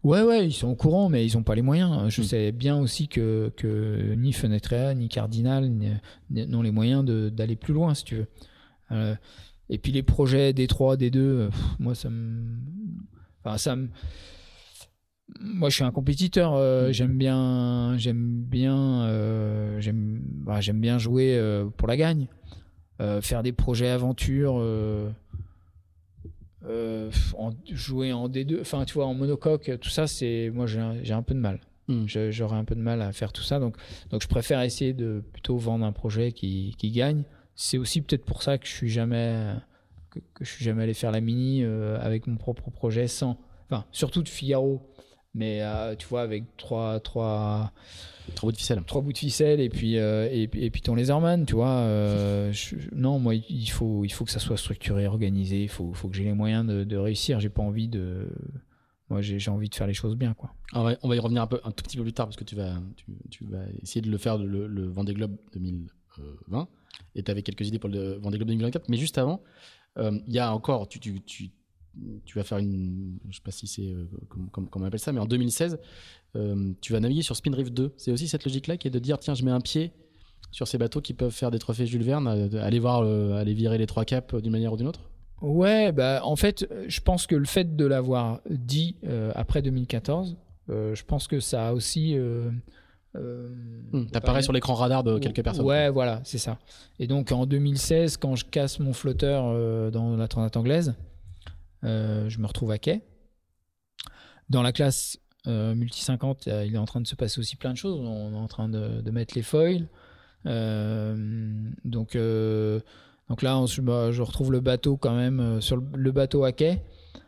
Ouais, ouais, ils sont au courant, mais ils n'ont pas les moyens. Je Mm. sais bien aussi que, que ni Fenetrea, ni Cardinal ni- ni- n'ont les moyens de, d'aller plus loin, si tu veux. Euh, et puis les projets D trois, D deux, pff, moi, ça me. Enfin, ça me. Moi, je suis un compétiteur. euh, Mm. J'aime bien, j'aime bien, euh, j'aime, bah, j'aime bien jouer euh, pour la gagne. Euh, faire des projets aventure. Euh, euh, en, jouer en D deux, enfin, tu vois, en monocoque, tout ça, c'est. Moi, j'ai un, j'ai un peu de mal. Mm. Je- J'aurais un peu de mal à faire tout ça. Donc, donc je préfère essayer de plutôt vendre un projet qui, qui gagne. C'est aussi peut-être pour ça que je suis jamais que, que je suis jamais allé faire la mini euh, avec mon propre projet sans. Enfin, surtout de Figaro, mais euh, tu vois avec trois trois Trois bouts de ficelle. trois bouts de ficelle et puis euh, et, puis- et puis ton Laserman, tu vois. euh, je- non, moi il faut il faut que ça soit structuré, organisé. Il faut faut que j'ai les moyens de, de réussir. J'ai pas envie de. Moi, j'ai j'ai envie de faire les choses bien, quoi. Ah ouais, on va y revenir un, peu, un tout petit peu plus tard parce que tu vas, tu, tu vas essayer de le faire le, le Vendée Globe deux mille vingt et tu avais quelques idées pour le Vendée Globe deux mille vingt-quatre. Mais juste avant, euh, il y a encore, tu, tu, tu, tu vas faire une, je sais pas si c'est, euh, comment, comment, comment on appelle ça, mais en deux mille seize, euh, tu vas naviguer sur Spindrift deux. C'est aussi cette logique-là qui est de dire, tiens, je mets un pied sur ces bateaux qui peuvent faire des trophées Jules Verne, euh, aller voir, euh, aller virer les trois caps d'une manière ou d'une autre. Ouais, bah en fait, je pense que le fait de l'avoir dit euh, après deux mille quatorze, euh, je pense que ça a aussi. Euh, euh, Hum, T'apparais sur l'écran radar de quelques personnes. Ouais, quoi. voilà, c'est ça. Et donc en deux mille seize, quand je casse mon flotteur euh, dans la Transat anglaise, euh, je me retrouve à quai. Dans la classe euh, multi cinquante, euh, il est en train de se passer aussi plein de choses. On est en train de, de mettre les foils. Euh, donc. Euh, Donc là, on, bah, je retrouve le bateau quand même euh, sur le, le bateau à quai.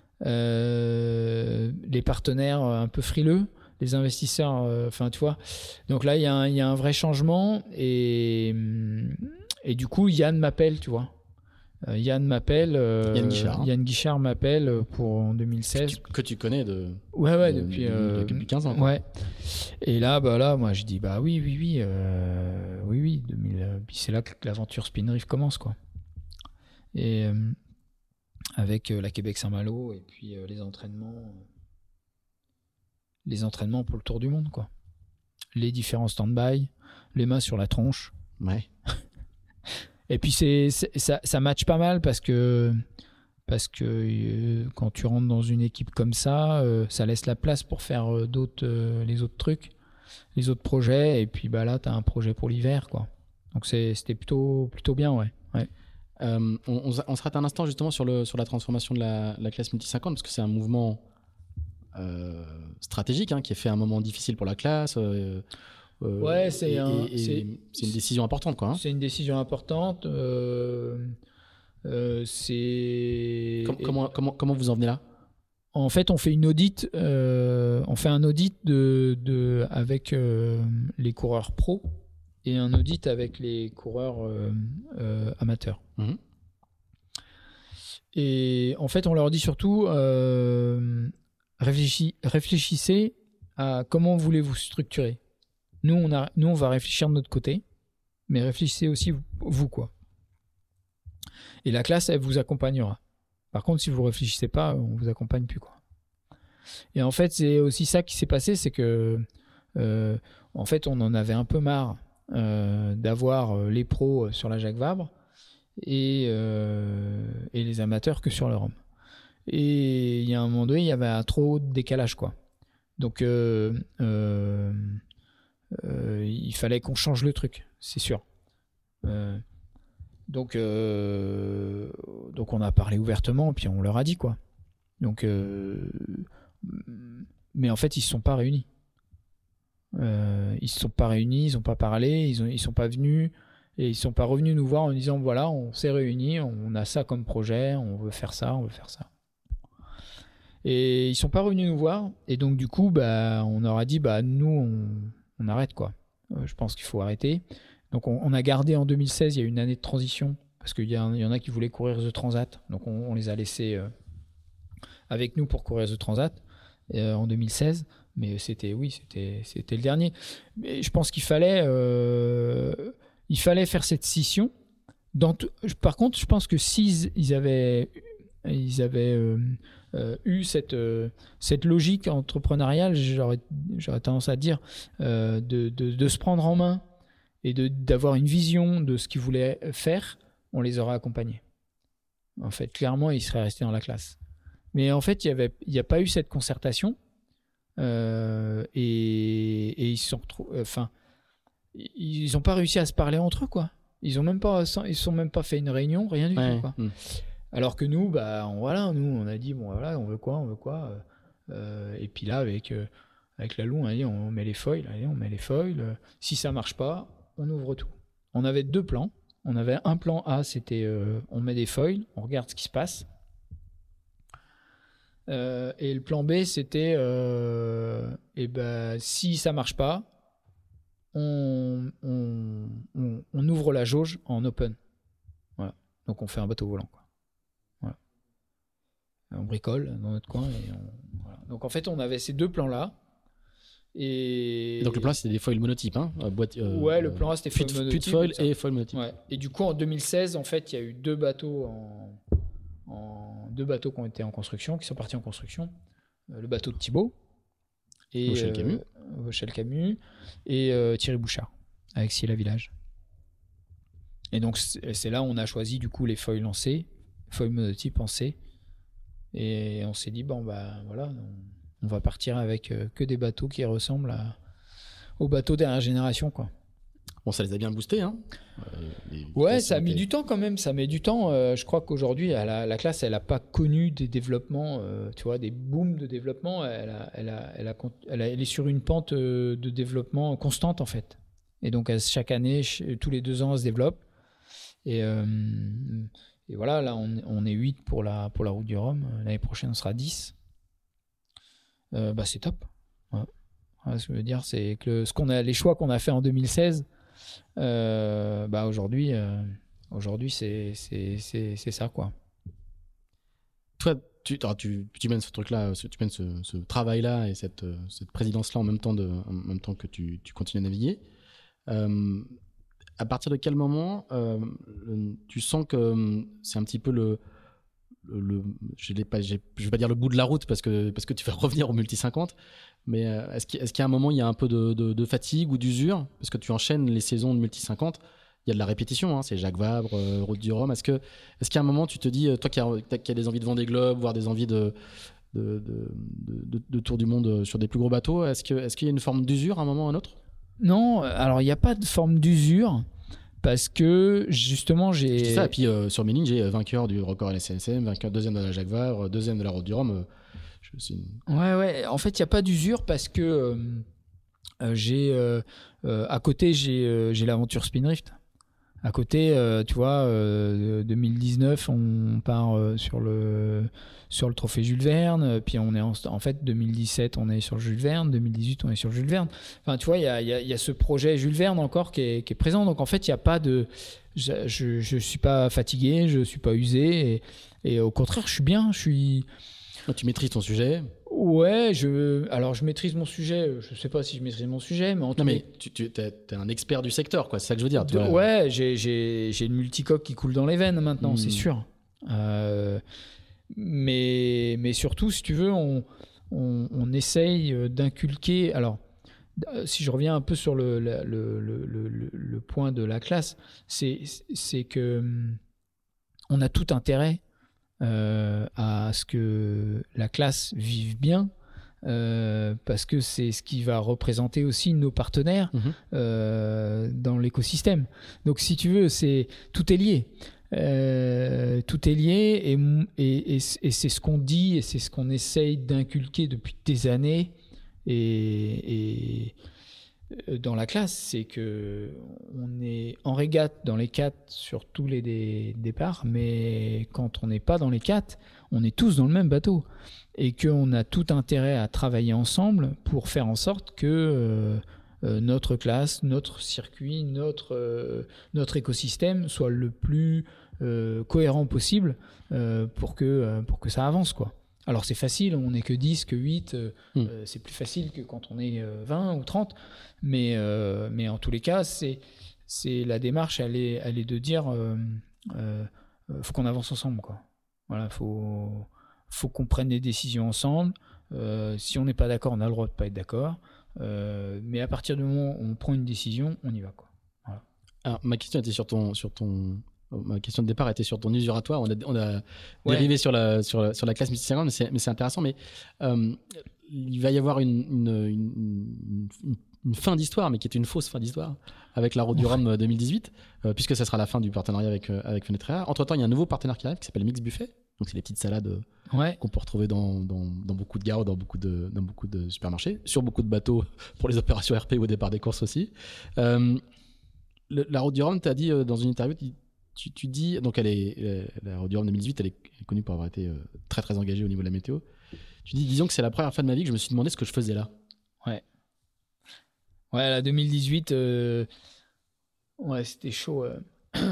Euh, les partenaires euh, un peu frileux, les investisseurs, enfin euh, tu vois. Donc là, il y, y a un vrai changement et, et du coup, Yann m'appelle, tu vois. Euh, Yann m'appelle. Euh, Yann Guichard. Hein. Yann Guichard m'appelle pour en deux mille seize. Que tu, que tu connais de. Ouais, ouais, de, depuis, de, euh, depuis quinze ans. Quoi. Ouais. Et là, bah là, moi, je dis bah oui, oui, oui, euh, oui, oui. deux mille, puis c'est là que l'aventure Spindrift commence, quoi. Et euh, avec euh, la Québec Saint-Malo et puis euh, les entraînements euh, les entraînements pour le tour du monde, quoi. Les différents stand-by, les mains sur la tronche. Ouais. Et puis c'est, c'est ça, ça match pas mal parce que parce que euh, quand tu rentres dans une équipe comme ça, euh, ça laisse la place pour faire euh, d'autres euh, les autres trucs, les autres projets, et puis bah là t'as un projet pour l'hiver, quoi. Donc c'est, c'était plutôt plutôt bien, ouais. Ouais. Euh, on, on, on s'arrête un instant justement sur, le, sur la transformation de la, la classe multi cinquante parce que c'est un mouvement euh, stratégique hein, qui a fait un moment difficile pour la classe. Euh, euh, ouais, c'est, et, un, et, c'est, c'est une décision importante. Quoi, hein. C'est une décision importante. Euh, euh, c'est... Com- comment, comment, comment vous en venez là ? En fait, on fait une audit, euh, on fait un audit de, de, avec euh, les coureurs pros et un audit avec les coureurs euh, euh, amateurs. Mmh. Et en fait, on leur dit surtout euh, réfléchis, réfléchissez à comment voulez-vous structurer. Nous, on a, nous, on va réfléchir de notre côté, mais réfléchissez aussi vous, vous quoi. Et la classe, elle vous accompagnera. Par contre, si vous réfléchissez pas, on vous accompagne plus, quoi. Et en fait, c'est aussi ça qui s'est passé, c'est que euh, en fait, on en avait un peu marre euh, d'avoir les pros sur la Jacques Vabre et, euh, et les amateurs que sur le Rhum. Et il y a un moment donné, il y avait un trop de décalage, quoi. Donc, euh, euh, euh, il fallait qu'on change le truc, c'est sûr. Euh, donc, euh, donc, on a parlé ouvertement, puis on leur a dit, quoi. Donc, euh, mais en fait, ils ne se sont pas réunis. Euh, ils ne se sont pas réunis, ils n'ont pas parlé, ils ne ils sont pas venus, et ils ne sont pas revenus nous voir en disant, voilà, on s'est réunis, on a ça comme projet, on veut faire ça, on veut faire ça. Et ils ne sont pas revenus nous voir, et donc du coup, bah, on leur a dit, bah, nous, on, on arrête, quoi. Euh, je pense qu'il faut arrêter. Donc on, on a gardé en deux mille seize, il y a eu une année de transition, parce qu'il y, y en a qui voulaient courir The Transat, donc on, on les a laissés euh, avec nous pour courir The Transat euh, en deux mille seize, mais c'était, oui, c'était, c'était le dernier. Mais je pense qu'il fallait, euh, il fallait faire cette scission. Dans t- Par contre, je pense que s'ils ils avaient ils avaient euh, euh, eu cette, euh, cette logique entrepreneuriale, j'aurais, j'aurais tendance à dire, euh, de, de, de se prendre en main et de, d'avoir une vision de ce qu'ils voulaient faire, on les aurait accompagnés. En fait, clairement, ils seraient restés dans la classe. Mais en fait, il n'y a pas eu cette concertation euh, et, et ils sont retrouvés... Enfin, ils n'ont pas réussi à se parler entre eux, quoi. Ils n'ont même pas, ils sont même pas fait une réunion, rien du ouais. tout, quoi. Mmh. Alors que nous, bah, on, voilà, nous, on a dit, bon, voilà, on veut quoi, on veut quoi. Euh, et puis là, avec, euh, avec la Lou, on a dit, on met les foils, allez, on met les foils. Euh, si ça marche pas, on ouvre tout. On avait deux plans. On avait un plan A, c'était, euh, on met des foils, on regarde ce qui se passe. Euh, et le plan B, c'était, euh, et ben, si ça marche pas, on, on, on, on ouvre la jauge en open. Voilà. Donc on fait un bateau volant, quoi. Voilà. On bricole dans notre coin et on, voilà. Donc en fait, on avait ces deux plans-là. Et... et donc le plan, c'était des foils monotypes, hein, boîte, euh, ouais, le plan A, c'était foil monotype. Plus de foils et foils monotypes. Ouais. Et du coup, en deux mille seize, en fait, il y a eu deux bateaux en, en deux bateaux qui ont été en construction, qui sont partis en construction. Euh, le bateau de Thibaut et Vauchel Camus, euh, Vauchel Camus et euh, Thierry Bouchard avec Scylla Village. Et donc c'est, c'est là où on a choisi du coup les foils lancés, foils monotypes en C. Et on s'est dit bon bah voilà, on, on va partir avec euh, que des bateaux qui ressemblent à, aux bateaux dernière génération, quoi. Bon, ça les a bien boostés, hein. Euh, ouais, ça a mis du temps quand même. Ça met du temps. Euh, je crois qu'aujourd'hui, la, la classe, elle n'a pas connu des développements, euh, tu vois, des booms de développement. Elle, a, elle, a, elle, a, elle, a, elle est sur une pente de développement constante, en fait. Et donc, chaque année, tous les deux ans, elle se développe. Et, euh, et voilà, là, on, on est huit pour la, pour la route du Rhum. L'année prochaine, on sera dix. Euh, bah, c'est top. Ouais. Ouais, ce que je veux dire, c'est que le, ce qu'on a, les choix qu'on a fait en deux mille seize, Euh, bah aujourd'hui, euh, aujourd'hui c'est, c'est, c'est, c'est ça, quoi. Toi, tu, tu, tu mènes ce truc-là, tu mènes ce, ce travail-là et cette, cette présidence-là en même temps, de, en même temps que tu, tu continues à naviguer. Euh, à partir de quel moment euh, le, tu sens que c'est un petit peu le, le, le je ne vais pas dire le bout de la route parce que, parce que tu vas revenir au multi cinquante, mais est-ce qu'il, est-ce qu'il y a un moment il y a un peu de, de, de fatigue ou d'usure parce que tu enchaînes les saisons de multi cinquante, il y a de la répétition, hein, c'est Jacques Vabre, euh, Route du Rhum. Est-ce que, est-ce qu'il y a un moment tu te dis, toi qui as, qui as des envies de Vendée Globe, voire des envies de, de, de, de, de tour du monde sur des plus gros bateaux, est-ce, que, est-ce qu'il y a une forme d'usure à un moment ou à un autre? Non, alors il n'y a pas de forme d'usure. Parce que justement, j'ai. Je dis ça, et puis euh, sur mes lignes, j'ai vainqueur du record L S N S M, vainqueur deuxième de la Jacques Vabre, deuxième de la Route du Rhum. Euh, je suis une... Ouais, ouais. En fait, il n'y a pas d'usure parce que euh, j'ai. Euh, euh, à côté, j'ai, euh, j'ai l'aventure Spindrift. À côté, euh, tu vois, euh, deux mille dix-neuf, on part euh, sur, le, sur le trophée Jules Verne. Puis on est en, en fait, deux mille dix-sept, on est sur le Jules Verne. deux mille dix-huit, on est sur le Jules Verne. Enfin, tu vois, il y a, y, a, y a ce projet Jules Verne encore qui est, qui est présent. Donc, en fait, il n'y a pas de. Je ne suis pas fatigué, je ne suis pas usé. Et, et au contraire, je suis bien. Je suis. Tu maîtrises ton sujet? Ouais, je, alors je maîtrise mon sujet. Je ne sais pas si je maîtrise mon sujet, mais en tout cas. Non, mais tu, tu es un expert du secteur, quoi. C'est ça que je veux dire. De, ouais, j'ai, j'ai, j'ai une multicoque qui coule dans les veines maintenant, mmh. c'est sûr. Euh, mais, mais surtout, si tu veux, on, on, on essaye d'inculquer. Alors, si je reviens un peu sur le, le, le, le, le, le point de la classe, c'est, c'est que on a tout intérêt Euh, à ce que la classe vive bien, euh, parce que c'est ce qui va représenter aussi nos partenaires mmh. euh, dans l'écosystème. Donc si tu veux, c'est, tout est lié. Euh, tout est lié et, et, et, et c'est ce qu'on dit et c'est ce qu'on essaye d'inculquer depuis des années et, et dans la classe, c'est que on est en régate dans les quatre sur tous les dé- départs, mais quand on n'est pas dans les quatre, on est tous dans le même bateau et qu'on a tout intérêt à travailler ensemble pour faire en sorte que euh, euh, notre classe, notre circuit, notre, euh, notre écosystème soit le plus euh, cohérent possible euh, pour que, euh, pour que ça avance, quoi. Alors c'est facile, on n'est que dix, que huit, euh, mmh. euh, c'est plus facile que quand on est euh, vingt ou trente, mais, euh, mais en tous les cas, c'est, c'est la démarche, elle est, elle est de dire, euh, euh, faut qu'on avance ensemble, quoi. Voilà, faut, faut qu'on prenne des décisions ensemble. Euh, si on n'est pas d'accord, on a le droit de pas être d'accord. Euh, mais à partir du moment où on prend une décision, on y va, quoi. Voilà. Alors, ma question était sur ton, sur ton, ma question de départ était sur ton usuratoire. On a, on a ouais. dérivé sur la, sur la, sur la classe mille six cent cinquante, mais c'est, mais c'est intéressant. Mais euh, il va y avoir une, une, une, une, une fin d'histoire, mais qui est une fausse fin d'histoire, avec la Route du Rhum deux mille dix-huit, euh, puisque ça sera la fin du partenariat avec, euh, avec Fenêtre. Entre-temps, il y a un nouveau partenaire qui arrive, qui s'appelle Mix Buffet. Donc, c'est les petites salades ouais. qu'on peut retrouver dans, dans, dans beaucoup de gares, dans beaucoup de, dans beaucoup de supermarchés, sur beaucoup de bateaux pour les opérations R P ou au départ des courses aussi. Euh, le, la Route du Rhum, tu as dit euh, dans une interview, tu, tu dis, donc elle est, la Route du Rhum deux mille dix-huit, elle est, elle est connue pour avoir été euh, très très engagée au niveau de la météo. Tu dis, disons que c'est la première fois de ma vie que je me suis demandé ce que je faisais là. Ouais. Ouais, la deux mille dix-huit, euh... ouais, c'était chaud. Euh...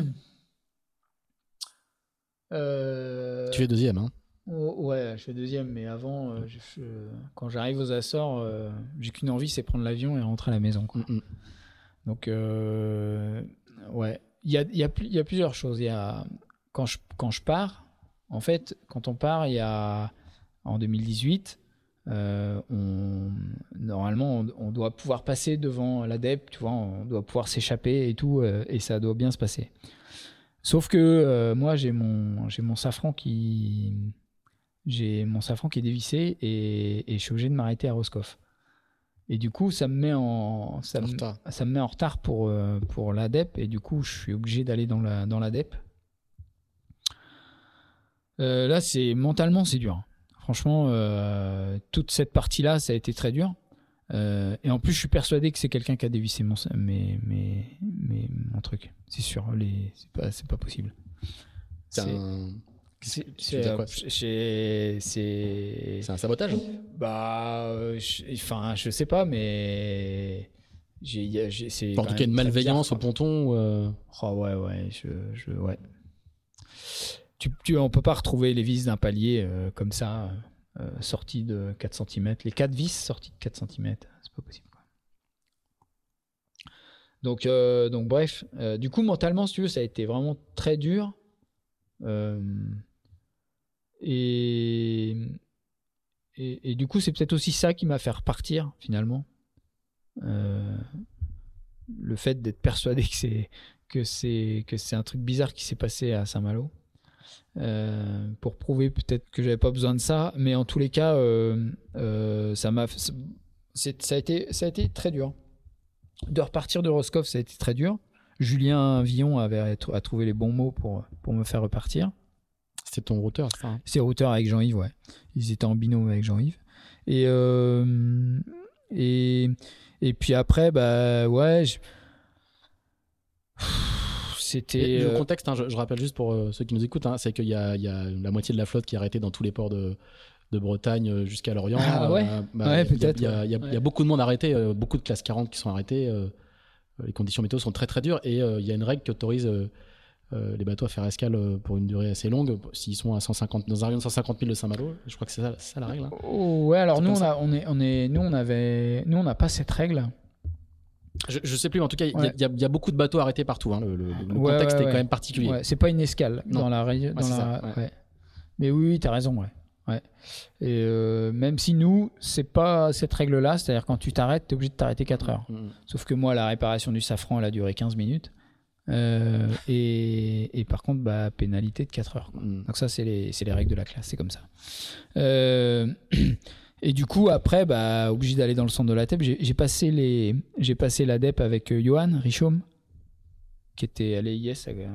Euh... Tu fais deuxième, hein? Ouais, je fais deuxième, mais avant, euh, je, je, quand j'arrive aux Açores, euh, j'ai qu'une envie, c'est prendre l'avion et rentrer à la maison, quoi. Mm-hmm. Donc, euh, ouais, il y a, y, a, y a plusieurs choses. Il y a quand je quand je pars, en fait, quand on part, il y a en deux mille dix-huit, euh, on normalement on, on doit pouvoir passer devant l'A D E P, tu vois, on doit pouvoir s'échapper et tout, euh, et ça doit bien se passer. Sauf que euh, moi j'ai mon j'ai mon safran qui j'ai mon safran qui est dévissé et, et je suis obligé de m'arrêter à Roscoff. Et du coup ça me met en ça me, ça me met en retard pour euh, pour l'A D E P et du coup je suis obligé d'aller dans la dans l'A D E P. Euh, là c'est mentalement c'est dur. Franchement euh, toute cette partie là ça a été très dur. Euh, et en plus, je suis persuadé que c'est quelqu'un qui a dévissé mon, mes, mes, mes, mon truc. C'est sûr, les, c'est pas, c'est pas possible. C'est, c'est un... C'est, c'est, euh, c'est, c'est... c'est un sabotage. Bah, euh, je, enfin, je sais pas, mais j'ai, j'ai, c'est. En tout cas, une malveillance bizarre, au ponton. Euh... Oh ouais, ouais, je, je, ouais. Tu, tu, on peut pas retrouver les vis d'un palier euh, comme ça. Euh, sortie de quatre centimètres, les quatre vis sorties de quatre centimètres, c'est pas possible, quoi. Donc, euh, donc bref, euh, du coup mentalement si tu veux ça a été vraiment très dur euh, et, et, et du coup c'est peut-être aussi ça qui m'a fait repartir finalement, euh, le fait d'être persuadé que c'est, que, c'est, que c'est un truc bizarre qui s'est passé à Saint-Malo. Euh, pour prouver peut-être que j'avais pas besoin de ça, mais en tous les cas euh, euh, ça m'a c'est, ça a été ça a été très dur de repartir de Roscoff. Ça a été très dur. Julien Villon avait a trouvé les bons mots pour pour me faire repartir. C'était ton routeur, ça, hein? C'est routeur avec Jean-Yves, ouais. Ils étaient en binôme avec Jean-Yves et euh, et et puis après bah ouais je... C'était le contexte, hein, je, je rappelle juste pour euh, ceux qui nous écoutent, hein, c'est qu'il y a, il y a la moitié de la flotte qui est arrêtée dans tous les ports de, de Bretagne jusqu'à Lorient. Ah ouais, euh, bah, ouais, peut-être. Il y, ouais. y, ouais. y a beaucoup de monde arrêté, euh, beaucoup de classes quarante qui sont arrêtées. Euh, les conditions météo sont très très dures et euh, il y a une règle qui autorise euh, euh, les bateaux à faire escale pour une durée assez longue s'ils sont à cent cinquante, dans un rayon de cent cinquante milles de Saint-Malo. Je crois que c'est ça, c'est ça la règle. Hein. Oh, ouais, alors nous on, a, on est, on est, nous on avait, nous on n'a pas cette règle. Je, je sais plus, mais en tout cas, il ouais. y, y, y a beaucoup de bateaux arrêtés partout. Hein. Le, le, le ouais, contexte ouais, est ouais. quand même particulier. Ouais, c'est pas une escale non. dans la région. Ouais, la... ouais. ouais. Mais oui, oui, t'as raison. Ouais. Ouais. Et euh, même si nous, c'est pas cette règle-là, c'est-à-dire quand tu t'arrêtes, t'es obligé de t'arrêter quatre heures. Mmh. Sauf que moi, la réparation du safran, elle a duré quinze minutes. Euh, et, et par contre, bah, pénalité de quatre heures. Mmh. Donc ça, c'est les, c'est les règles de la classe, c'est comme ça. Euh, Et du coup, après, bah, obligé d'aller dans le centre de l'A D E P. J'ai, j'ai passé les, j'ai passé l'A D E P avec euh, Johan Richaume, qui était à l'E I S, euh,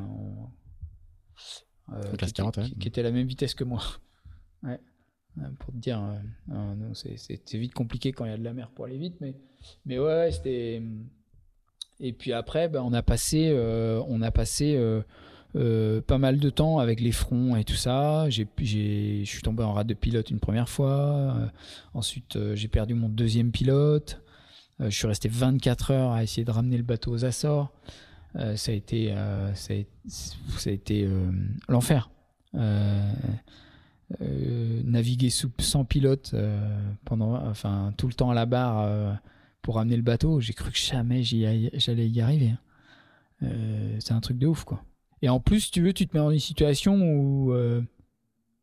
euh, classe qui, quarante, qui, ouais. qui était à la même vitesse que moi. Ouais. Pour te dire, euh, non, c'est, c'est, c'est vite compliqué quand il y a de la mer pour aller vite, mais, mais ouais, ouais, c'était. Et puis après, bah, on a passé, euh, on a passé. Euh, Euh, pas mal de temps avec les fronts et tout ça. J'ai, j'ai, je suis tombé en rade de pilote une première fois. Euh, ensuite, euh, j'ai perdu mon deuxième pilote. Euh, je suis resté vingt-quatre heures à essayer de ramener le bateau aux Açores. Euh, ça a été, euh, ça a, ça a été euh, l'enfer. Euh, euh, naviguer sous, sans pilote euh, pendant, enfin, tout le temps à la barre euh, pour ramener le bateau. J'ai cru que jamais j'y aille, j'allais y arriver. Euh, c'est un truc de ouf, quoi. Et en plus, tu veux, tu te mets dans une situation où, euh,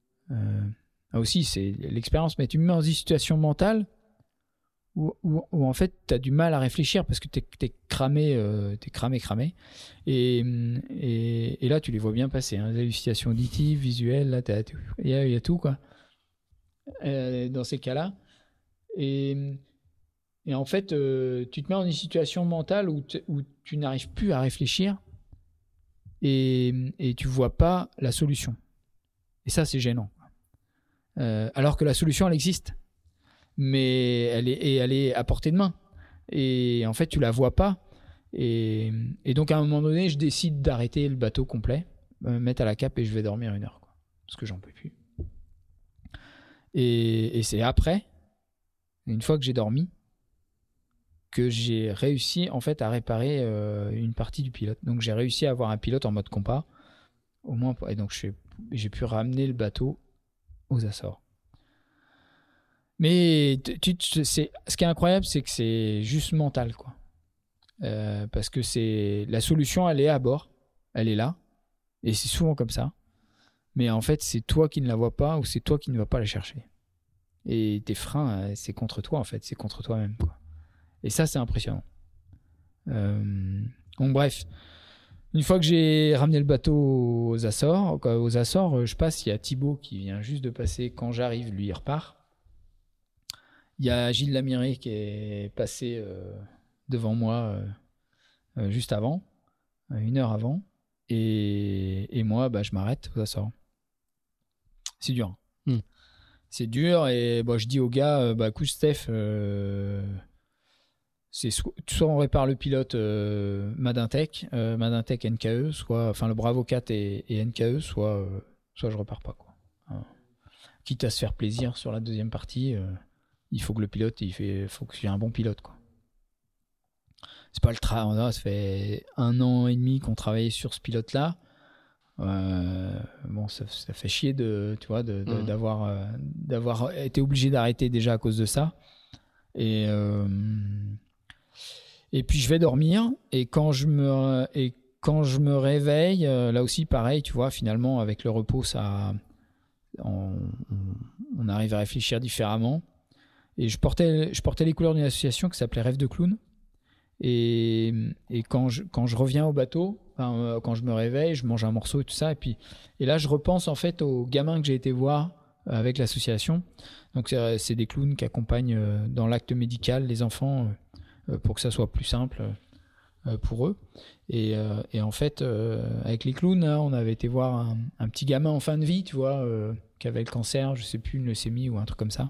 Là aussi, c'est l'expérience, mais tu me mets dans une situation mentale où, où, où en fait, tu as du mal à réfléchir parce que tu es cramé, euh, t'es cramé, cramé. Et, et, et là, tu les vois bien passer. Hein. Les hallucinations auditives, visuelles, là, il y, y a tout, quoi. Euh, dans ces cas-là. Et, et en fait, euh, tu te mets dans une situation mentale où, où tu n'arrives plus à réfléchir et, et tu vois pas la solution. Et ça, c'est gênant. Euh, alors que la solution, elle existe. Mais elle est, et elle est à portée de main. Et en fait, tu la vois pas. Et, et donc, à un moment donné, je décide d'arrêter le bateau complet, me mettre à la cape et je vais dormir une heure. Quoi, parce que j'en peux plus. Et, et c'est après, une fois que j'ai dormi, que j'ai réussi en fait à réparer euh, une partie du pilote. Donc j'ai réussi à avoir un pilote en mode compas, au moins, et donc j'ai pu ramener le bateau aux Açores. Mais tu, tu, c'est, ce qui est incroyable, c'est que c'est juste mental, quoi. Euh, parce que c'est la solution, elle est à bord, elle est là, et c'est souvent comme ça. Mais en fait, c'est toi qui ne la vois pas ou c'est toi qui ne vas pas la chercher. Et tes freins, c'est contre toi, en fait, c'est contre toi-même, quoi. Et ça, c'est impressionnant. Euh, donc, bref, une fois que j'ai ramené le bateau aux Açores, aux Açores, je passe, il y a Thibaut qui vient juste de passer. Quand j'arrive, lui, il repart. Il y a Gilles Lamiré qui est passé euh, devant moi euh, juste avant, une heure avant. Et, et moi, bah, je m'arrête aux Açores. C'est dur. Mm. C'est dur. Et bah, je dis au gars, euh, bah, écoute, Steph, euh, c'est soit, soit on répare le pilote euh, Madintech, euh, Madintech N K E, soit, enfin le Bravo quatre et, et N K E, soit, euh, soit je repars pas, quoi. Hein. Quitte à se faire plaisir sur la deuxième partie, euh, il faut que le pilote, il fait, faut que j'ai un bon pilote, quoi. C'est pas le travail, ça fait un an et demi qu'on travaillait sur ce pilote-là. Euh, bon, ça, ça fait chier de, tu vois, de, de, mmh. d'avoir, euh, d'avoir été obligé d'arrêter déjà à cause de ça. Et euh, et puis je vais dormir et quand je me et quand je me réveille, là aussi pareil, tu vois, finalement avec le repos, ça, on, on arrive à réfléchir différemment. Et je portais, je portais les couleurs d'une association qui s'appelait Rêve de Clown. Et, et quand, je, quand je reviens au bateau, enfin, quand je me réveille, je mange un morceau et tout ça. Et, puis, et là, je repense en fait aux gamins que j'ai été voir avec l'association. Donc, c'est, c'est des clowns qui accompagnent dans l'acte médical les enfants pour que ça soit plus simple pour eux. Et, et en fait, avec les clowns, là, on avait été voir un, un petit gamin en fin de vie, tu vois, qui avait le cancer, je sais plus, une leucémie ou un truc comme ça.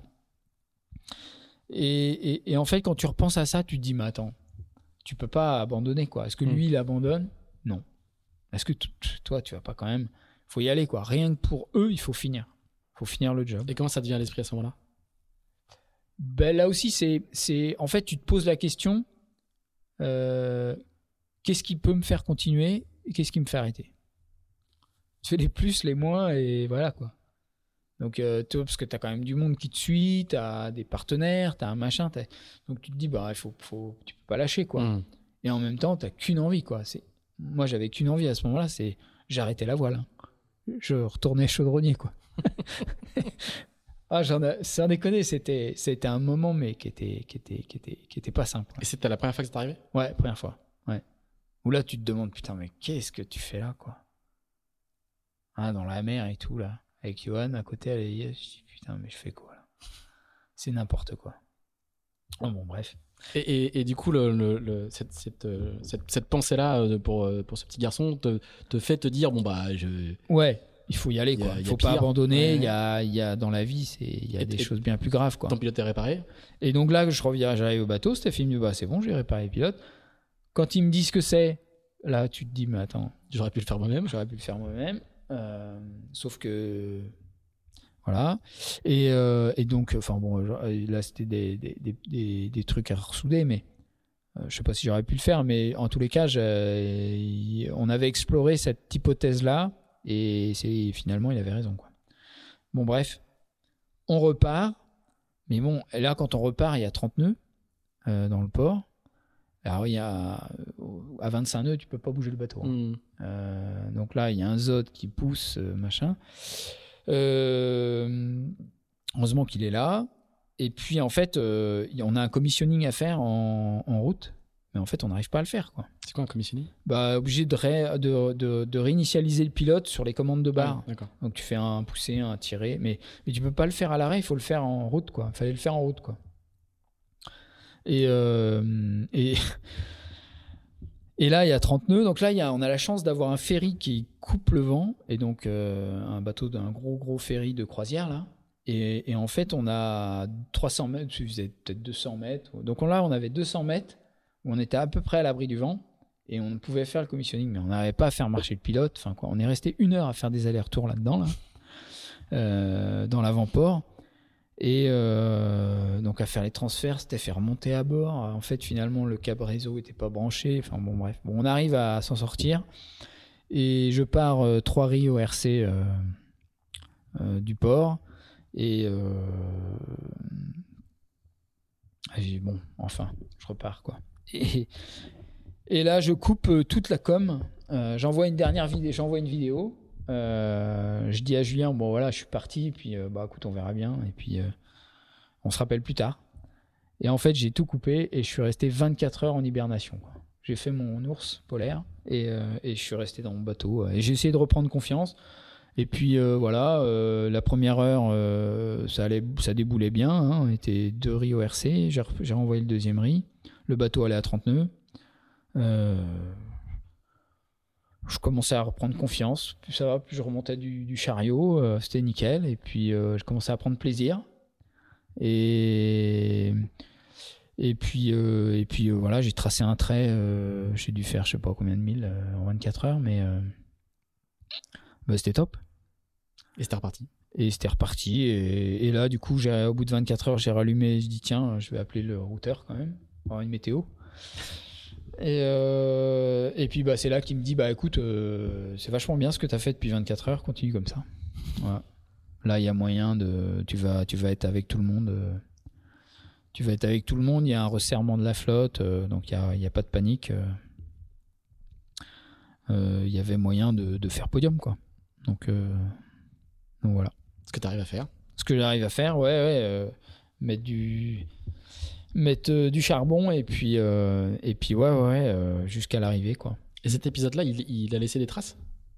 Et, et, et en fait, quand tu repenses à ça, tu te dis, mais attends, tu peux pas abandonner, quoi. Est-ce que lui, il abandonne ? Non. Est-ce que t- t- toi, tu vas pas quand même... Il faut y aller, quoi. Rien que pour eux, il faut finir. Il faut finir le job. Et comment ça devient à l'esprit à ce moment-là ? Ben, là aussi, c'est, c'est... En fait, tu te poses la question, euh, qu'est-ce qui peut me faire continuer et qu'est-ce qui me fait arrêter ? Tu fais les plus, les moins, et voilà, quoi. Donc, euh, tu vois, parce que tu as quand même du monde qui te suit, tu as des partenaires, tu as un machin. T'as... Donc, tu te dis, bah, il faut, faut, tu peux pas lâcher, quoi. Mmh. Et en même temps, tu n'as qu'une envie, quoi. C'est... Moi, j'avais qu'une envie à ce moment-là, c'est j'arrêtais la voile. Hein. Je retournais chaudronnier, quoi. ah, j'en ai... Sans déconner, c'était, c'était un moment, mais qui était, qui était, qui était, qui était pas simple. Ouais. Et c'était la première fois que c'est arrivé ? Ouais, première fois. Ouais. Où là, tu te demandes, putain, mais qu'est-ce que tu fais là, quoi ? Ah, dans la mer et tout, là. Avec Johan à côté, elle est, je dis putain, mais je fais quoi là ? C'est n'importe quoi. Oh, bon, bref. Et, et, et du coup, le, le, le, cette, cette, cette, cette pensée-là pour, pour ce petit garçon te, te fait te dire bon, bah, je. Ouais, il faut y aller, quoi. Il faut pas abandonner. Il ouais. y, a, y a dans la vie, il y a et, des et choses bien plus graves, quoi. Ton pilote est réparé ? Et donc là, je reviens, j'arrive au bateau, Stéphane me dit bah, c'est bon, j'ai réparé le pilote. Quand il me dit ce que c'est, là, tu te dis mais attends. J'aurais pu le faire moi-même. J'aurais pu le faire moi-même. Euh, sauf que voilà et, euh, et donc enfin bon là c'était des, des, des, des trucs à ressouder mais euh, je sais pas si j'aurais pu le faire mais en tous les cas on avait exploré cette hypothèse là et c'est, finalement il avait raison, quoi. Bon bref, on repart mais bon là quand on repart il y a trente nœuds euh, dans le port. Alors, il y a, à vingt-cinq nœuds, tu peux pas bouger le bateau. Hein. Mmh. Euh, donc là, il y a un Z O D qui pousse, euh, machin. Euh, heureusement qu'il est là. Et puis, en fait, euh, on a un commissioning à faire en, en route. Mais en fait, on n'arrive pas à le faire, quoi. C'est quoi un commissioning ? Bah, obligé de, ré, de, de, de réinitialiser le pilote sur les commandes de barre. Ouais, d'accord. Donc, tu fais un pousser, un tirer. Mais, mais tu ne peux pas le faire à l'arrêt, il faut le faire en route, quoi. Il fallait le faire en route, quoi. Et... Euh, et Et là, il y a trente nœuds. Donc là, il y a, on a la chance d'avoir un ferry qui coupe le vent. Et donc, euh, un bateau d'un gros, gros ferry de croisière, là. Et, et en fait, on a trois cents mètres, vous avez peut-être deux cents mètres. Donc là, on avait deux cents mètres où on était à peu près à l'abri du vent. Et on pouvait faire le commissioning, mais on n'arrivait pas à faire marcher le pilote. Enfin, quoi, on est resté une heure à faire des allers-retours là-dedans, là, euh, dans l'avant-port. Et euh, donc à faire les transferts, c'était faire monter à bord. En fait, finalement, le câble réseau n'était pas branché. Enfin bon, bref. Bon, on arrive à s'en sortir. Et je pars euh, trois riz au R C euh, euh, du port. Et, euh, et bon, enfin, je repars, quoi. Et, et là, je coupe euh, toute la com. Euh, j'envoie une dernière vidéo. J'envoie une vidéo. Euh, je dis à Julien, bon voilà, je suis parti, puis euh, bah écoute, on verra bien, et puis euh, on se rappelle plus tard. Et en fait, j'ai tout coupé et je suis resté vingt-quatre heures en hibernation, quoi. J'ai fait mon ours polaire et, euh, et je suis resté dans mon bateau et j'ai essayé de reprendre confiance. Et puis euh, voilà, euh, la première heure, euh, ça allait, ça déboulait bien, hein. On était deux riz au R C, j'ai, j'ai renvoyé le deuxième riz, le bateau allait à trente nœuds. Euh, Je commençais à reprendre confiance, plus ça va, plus je remontais du, du chariot, euh, c'était nickel, et puis euh, je commençais à prendre plaisir. Et, et puis, euh, et puis euh, voilà, j'ai tracé un trait, euh, j'ai dû faire je sais pas combien de milles euh, en vingt-quatre heures, mais euh, bah, c'était top. Et c'était reparti. Et c'était reparti, et, et là du coup, j'ai, au bout de vingt-quatre heures, j'ai rallumé, je dis tiens, je vais appeler le routeur quand même, pour avoir une météo. Et, euh, et puis bah, c'est là qu'il me dit bah écoute, euh, c'est vachement bien ce que tu as fait depuis vingt-quatre heures, continue comme ça. Voilà. Là il y a moyen de. Tu vas, tu vas être avec tout le monde. Euh, tu vas être avec tout le monde, il y a un resserrement de la flotte, euh, donc il n'y a, y a pas de panique. Il euh, euh, y avait moyen de, de faire podium, quoi. Donc, euh, donc voilà. Ce que tu arrives à faire. Ce que j'arrive à faire, ouais, ouais. Euh, mettre du. mettre euh, du charbon et puis euh, et puis ouais ouais euh, jusqu'à l'arrivée, quoi. Et cet épisode là il, il a laissé des traces?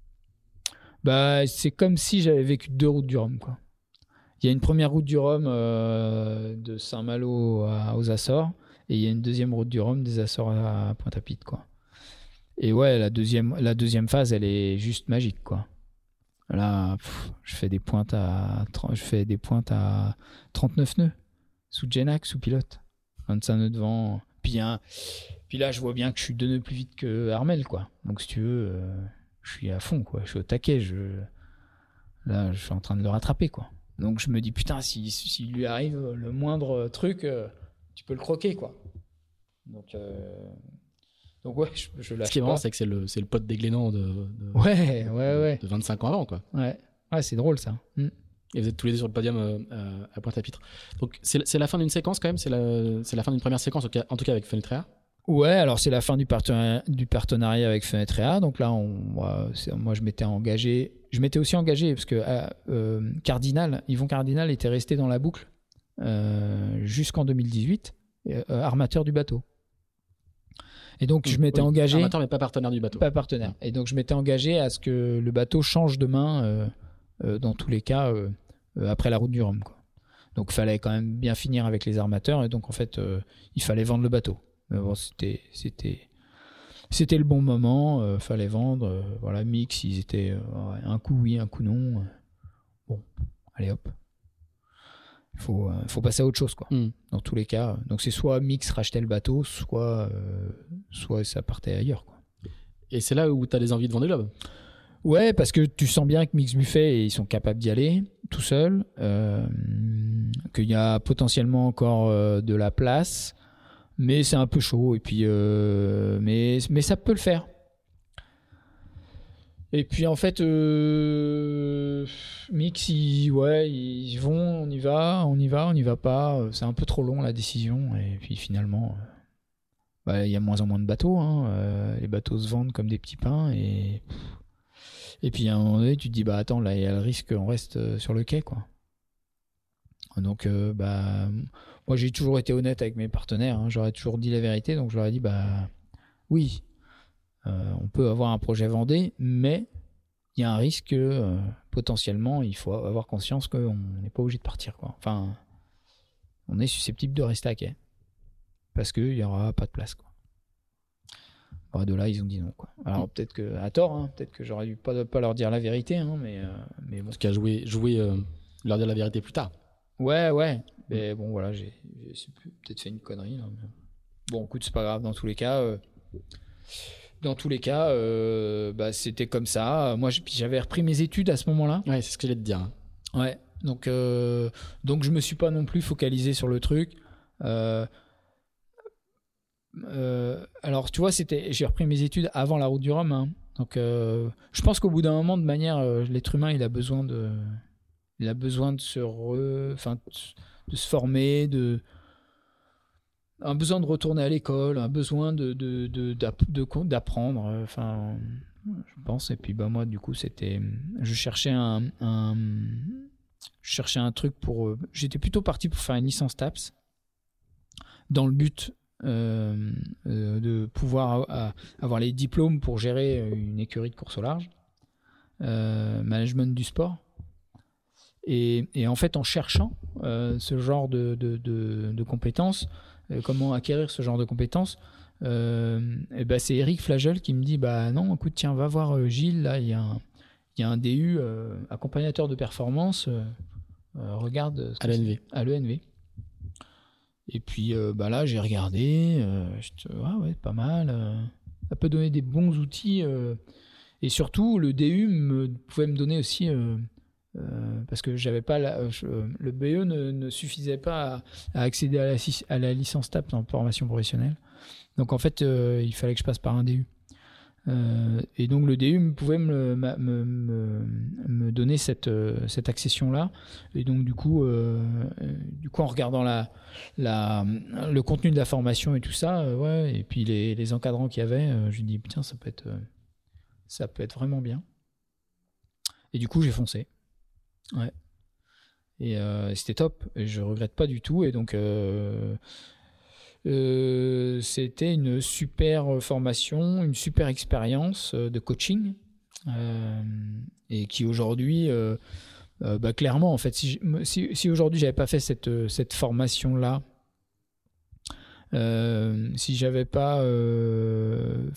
Bah c'est comme si j'avais vécu deux routes du Rhum, quoi. Il y a une première route du Rhum euh, de Saint-Malo à, aux Açores et il y a une deuxième route du Rhum des Açores à Pointe-à-Pitre, quoi. Et ouais, la deuxième la deuxième phase elle est juste magique, quoi. Là pff, je fais des pointes à je fais des pointes à trente-neuf nœuds sous Genac, sous pilote. vingt-cinq nœuds de vent. Puis, hein, puis là, je vois bien que je suis deux nœuds plus vite que Armel, quoi. Donc, si tu veux, euh, je suis à fond, quoi. Je suis au taquet. Je... Là, je suis en train de le rattraper, quoi. Donc, je me dis, putain, s'il si, si lui arrive le moindre truc, euh, tu peux le croquer, quoi. Donc, euh... Donc ouais, je, je lâche. Ce qui est pas. marrant, c'est que c'est le, c'est le pote déglénant de, de, ouais, ouais, ouais. de vingt-cinq ans avant, quoi. Ouais, ouais, c'est drôle, ça. Mm. Et vous êtes tous les deux sur le podium euh, à Pointe-à-Pitre. Donc c'est, c'est la fin d'une séquence quand même, c'est la, c'est la fin d'une première séquence, en tout cas, en tout cas avec Fenetrea. Ouais, alors c'est la fin du partenariat, du partenariat avec Fenetrea. Donc là, on, moi, moi, je m'étais engagé. Je m'étais aussi engagé parce que euh, Cardinal, Yvon Cardinal était resté dans la boucle euh, jusqu'en deux mille dix-huit, euh, armateur du bateau. Et donc, je m'étais oui, engagé. Armateur, mais pas partenaire du bateau. Pas partenaire. Et donc, je m'étais engagé à ce que le bateau change de main euh, euh, dans tous les cas euh, euh, après la route du Rhum, quoi. Donc, il fallait quand même bien finir avec les armateurs. Et donc, en fait, euh, il fallait vendre le bateau. Mais bon, c'était, c'était, c'était le bon moment. Il euh, fallait vendre. Euh, voilà, Mix, ils étaient euh, un coup oui, un coup non. Bon, allez hop. Il faut, euh, faut passer à autre chose, quoi. Mm. Dans tous les cas. Donc, c'est soit Mix rachetait le bateau, soit, euh, soit ça partait ailleurs, quoi. Et c'est là où tu as des envies de Vendée Globe. Ouais, parce que tu sens bien que Mix Buffet, ils sont capables d'y aller tout seuls, euh, qu'il y a potentiellement encore euh, de la place, mais c'est un peu chaud. Et puis, euh, mais, mais ça peut le faire. Et puis en fait, euh, Mix, ils, ouais, ils vont, on y va, on y va, on n'y va pas. C'est un peu trop long la décision. Et puis finalement, bah, il y a moins en moins de bateaux. Hein. Euh, les bateaux se vendent comme des petits pains. Et, et puis à un moment donné, tu te dis, bah attends, là il y a le risque qu'on reste sur le quai, quoi. Donc, euh, bah, moi, j'ai toujours été honnête avec mes partenaires. Hein. J'aurais toujours dit la vérité. Donc, je leur ai dit, bah, oui, euh, on peut avoir un projet vendé, mais il y a un risque que euh, potentiellement, il faut avoir conscience qu'on n'est pas obligé de partir, quoi. Enfin, on est susceptible de rester à quai parce qu'il n'y aura pas de place, quoi. Bah, de là, ils ont dit non, quoi. Alors, mmh. peut-être que, à tort, hein, peut-être que j'aurais dû pas, pas leur dire la vérité, hein, mais, euh, mais bon. Parce qu'à jouer, jouer euh, leur dire la vérité plus tard. Ouais, ouais. Mais bon, voilà, j'ai, j'ai peut-être fait une connerie. Là, mais... Bon, écoute, c'est pas grave. Dans tous les cas, euh, dans tous les cas, euh, bah, c'était comme ça. Moi, j'avais repris mes études à ce moment-là. Ouais, c'est ce que j'allais te dire. Ouais. Donc, euh, donc, je me suis pas non plus focalisé sur le truc. Euh, euh, alors, tu vois, c'était, j'ai repris mes études avant la route du Rhum. Hein. Donc, euh, je pense qu'au bout d'un moment, de manière, euh, l'être humain, il a besoin de, il a besoin de se, re, enfin, de se former, de, un besoin de retourner à l'école, un besoin de, de, de, de, d'apprendre. Enfin, je pense. Et puis, bah moi, du coup, c'était, je cherchais un, un je cherchais un truc pour, j'étais plutôt parti pour faire une licence TAPS, dans le but euh, euh, de pouvoir a, a, avoir les diplômes pour gérer une écurie de course au large, euh, management du sport. Et, et en fait, en cherchant euh, ce genre de, de, de, de compétences, euh, comment acquérir ce genre de compétences, euh, et ben c'est Eric Flagel qui me dit bah non, écoute, tiens, va voir euh, Gilles, là, il y a un, il y a un D U euh, accompagnateur de performance, euh, euh, regarde à l'E N V. À l'E N V. Et puis euh, bah là, j'ai regardé, euh, je ah ouais, pas mal. Euh, ça peut donner des bons outils. Euh, et surtout, le D U me, pouvait me donner aussi. Euh, Euh, parce que j'avais pas la, je, le B E ne, ne suffisait pas à, à accéder à la, à la licence TAPS en formation professionnelle. Donc en fait, euh, il fallait que je passe par un D U. Euh, et donc le D U pouvait me, me, me, me donner cette, cette accession-là. Et donc du coup, euh, du coup en regardant la, la, le contenu de la formation et tout ça, euh, ouais, et puis les, les encadrants qu'il y avait, euh, je me dis putain, ça peut être, ça peut être vraiment bien. Et du coup, j'ai foncé. Ouais. Et euh, c'était top. Et je regrette pas du tout. Et donc, euh, euh, c'était une super formation, une super expérience de coaching. Euh, et qui aujourd'hui, euh, euh, bah, clairement, en fait, si, si, si aujourd'hui j'avais pas fait cette, cette formation-là, euh, si j'avais pas, euh,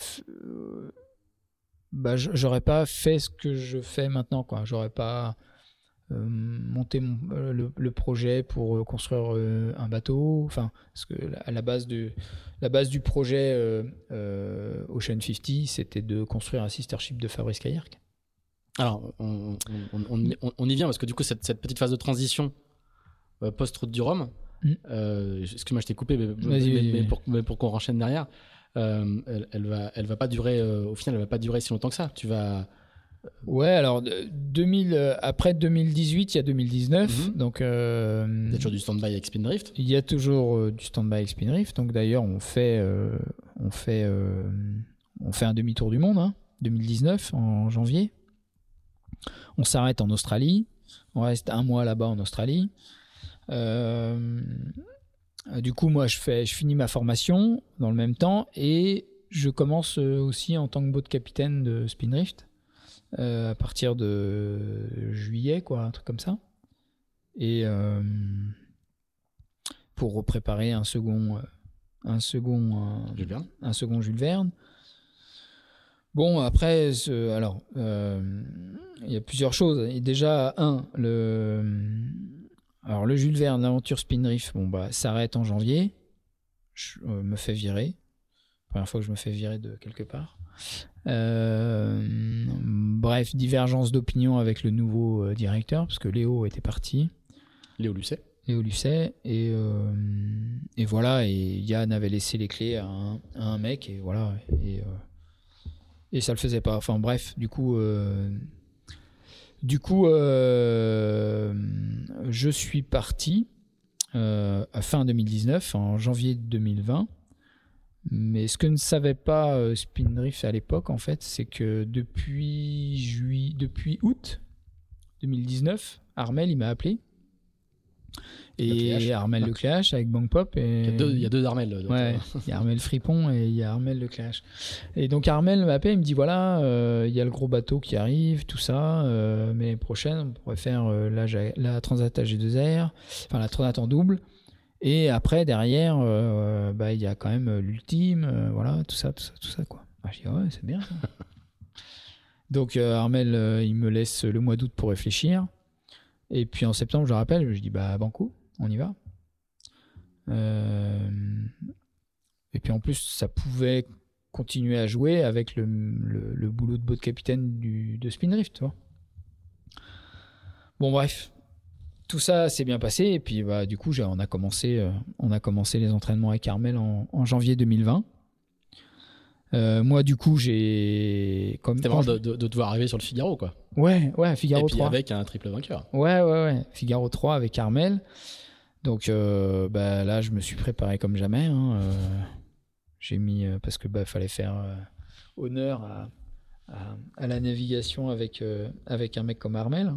bah, j'aurais pas fait ce que je fais maintenant, quoi. J'aurais pas Euh, monter mon, euh, le, le projet pour euh, construire euh, un bateau, enfin parce que à la base de la base du projet euh, euh, Ocean cinquante, c'était de construire un sister ship de Fabrice Kayak. Alors on, on, on, on, on y vient parce que du coup cette, cette petite phase de transition euh, post route du Rhum, mm. euh, excuse-moi je t'ai coupé mais, mais, mais, pour, mais pour qu'on enchaîne derrière, euh, elle, elle va elle va pas durer euh, au final elle va pas durer si longtemps que ça. Tu vas Ouais, alors deux mille, euh, après deux mille dix-huit, il y a deux mille dix-neuf. Mm-hmm. Donc, euh, il y a toujours du stand-by avec Spindrift. Il y a toujours euh, du stand-by avec Spindrift. Donc d'ailleurs, on fait, euh, on fait, euh, on fait un demi-tour du monde, hein, deux mille dix-neuf, en janvier. On s'arrête en Australie. On reste un mois là-bas en Australie. Euh, du coup, moi, je, fais, je finis ma formation dans le même temps et je commence aussi en tant que boat capitaine de Spindrift. Euh, à partir de juillet, quoi, un truc comme ça. Et euh, pour préparer un second, un second, un, Jules Verne. un second Jules Verne. Bon, après, ce, alors, euh, il y a plusieurs choses. Et déjà, un, le, alors le Jules Verne, l'aventure Spindrift, bon bah, s'arrête en janvier. Je euh, me fais virer. Première fois que je me fais virer de quelque part. Euh, bref, divergence d'opinion avec le nouveau euh, directeur, parce que Léo était parti. Léo Lucet. Léo Lucet. Et, euh, et voilà, et Yann avait laissé les clés à un, à un mec, et voilà. Et, euh, et ça le faisait pas. Enfin bref, du coup, euh, du coup euh, je suis parti euh, à fin deux mille dix-neuf, en janvier deux mille vingt. Mais ce que ne savait pas euh, Spindrift à l'époque, en fait, c'est que depuis, juillet, depuis août deux mille dix-neuf, Armel, il m'a appelé et Armel Lecléache avec Bang Pop. Et... Il, y a deux, il y a deux Armel. Ouais, il y a Armel Fripon et il y a Armel Lecléache. Et donc Armel m'appelle, il me dit voilà, euh, il y a le gros bateau qui arrive, tout ça, euh, mais prochaine, on pourrait faire euh, la, la Transat A G deux R, enfin la Transat en double. Et après, derrière, euh, bah, il y a quand même l'ultime, euh, voilà, tout ça, tout ça, tout ça, quoi. Bah, je dis ouais, c'est bien ça. Donc euh, Armel, euh, il me laisse le mois d'août pour réfléchir. Et puis en septembre, je le rappelle, je dis bah banco, on y va. Euh... Et puis en plus, ça pouvait continuer à jouer avec le, le, le boulot de boat capitaine du, de Spindrift, tu vois. Bon bref, tout ça s'est bien passé. Et puis bah, du coup, j'ai, on, a commencé, euh, on a commencé les entraînements avec Armel en, en janvier deux mille vingt. Euh, moi, du coup, j'ai... Comme C'était marrant je... de, de, de devoir arriver sur le Figaro, quoi. Ouais, ouais, Figaro Et puis trois. Avec un triple vainqueur. Ouais, ouais, ouais. Figaro trois avec Armel. Donc euh, bah, là, je me suis préparé comme jamais. Hein. Euh, j'ai mis... Euh, parce que bah, fallait faire euh, honneur à, à, à la navigation avec, euh, avec un mec comme Armel.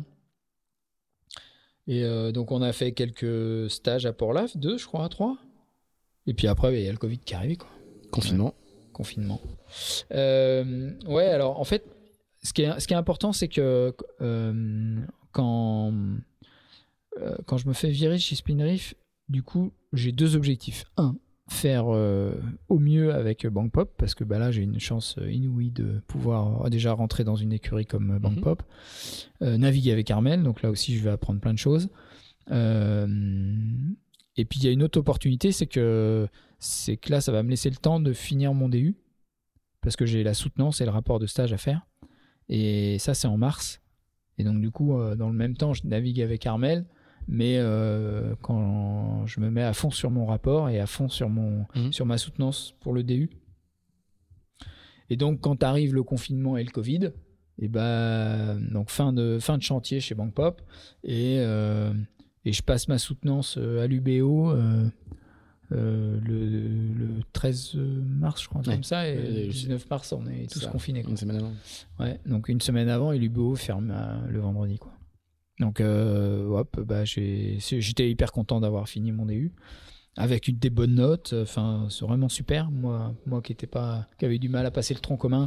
Et euh, donc, on a fait quelques stages à Port-Laf, deux, je crois, trois. Et puis après, il y a le Covid qui est arrivé, quoi. Confinement. Ouais. Confinement. Euh, ouais, alors en fait, ce qui est, ce qui est important, c'est que euh, quand, euh, quand je me fais virer chez Spindrift, du coup, j'ai deux objectifs. Un, faire euh, au mieux avec Bang Pop, parce que bah, là, j'ai une chance inouïe de pouvoir déjà rentrer dans une écurie comme Bang Pop, mm-hmm. euh, naviguer avec Armel, donc là aussi, je vais apprendre plein de choses. Euh, et puis, il y a une autre opportunité, c'est que c'est que là, ça va me laisser le temps de finir mon D U, parce que j'ai la soutenance et le rapport de stage à faire. Et ça, c'est en mars. Et donc, du coup, euh, dans le même temps, je navigue avec Armel, mais euh, quand je me mets à fond sur mon rapport et à fond sur, mon, mmh. sur ma soutenance pour le D U. Et donc, quand arrive le confinement et le Covid, et bah, donc fin de, fin de chantier chez Bang Pop, et, euh, et je passe ma soutenance à l'U B O euh, Euh, le, le treize mars, je crois, ouais. Comme ça, et le dix-neuf mars, on est tous ça, confinés. Quoi. Une semaine avant. Ouais, donc une semaine avant, et l'U B O ferme euh, le vendredi, quoi. Donc, euh, hop, bah, j'ai, j'étais hyper content d'avoir fini mon D U avec une des bonnes notes. Enfin, c'est vraiment super. Moi, moi qui était pas, qui avait du mal à passer le tronc commun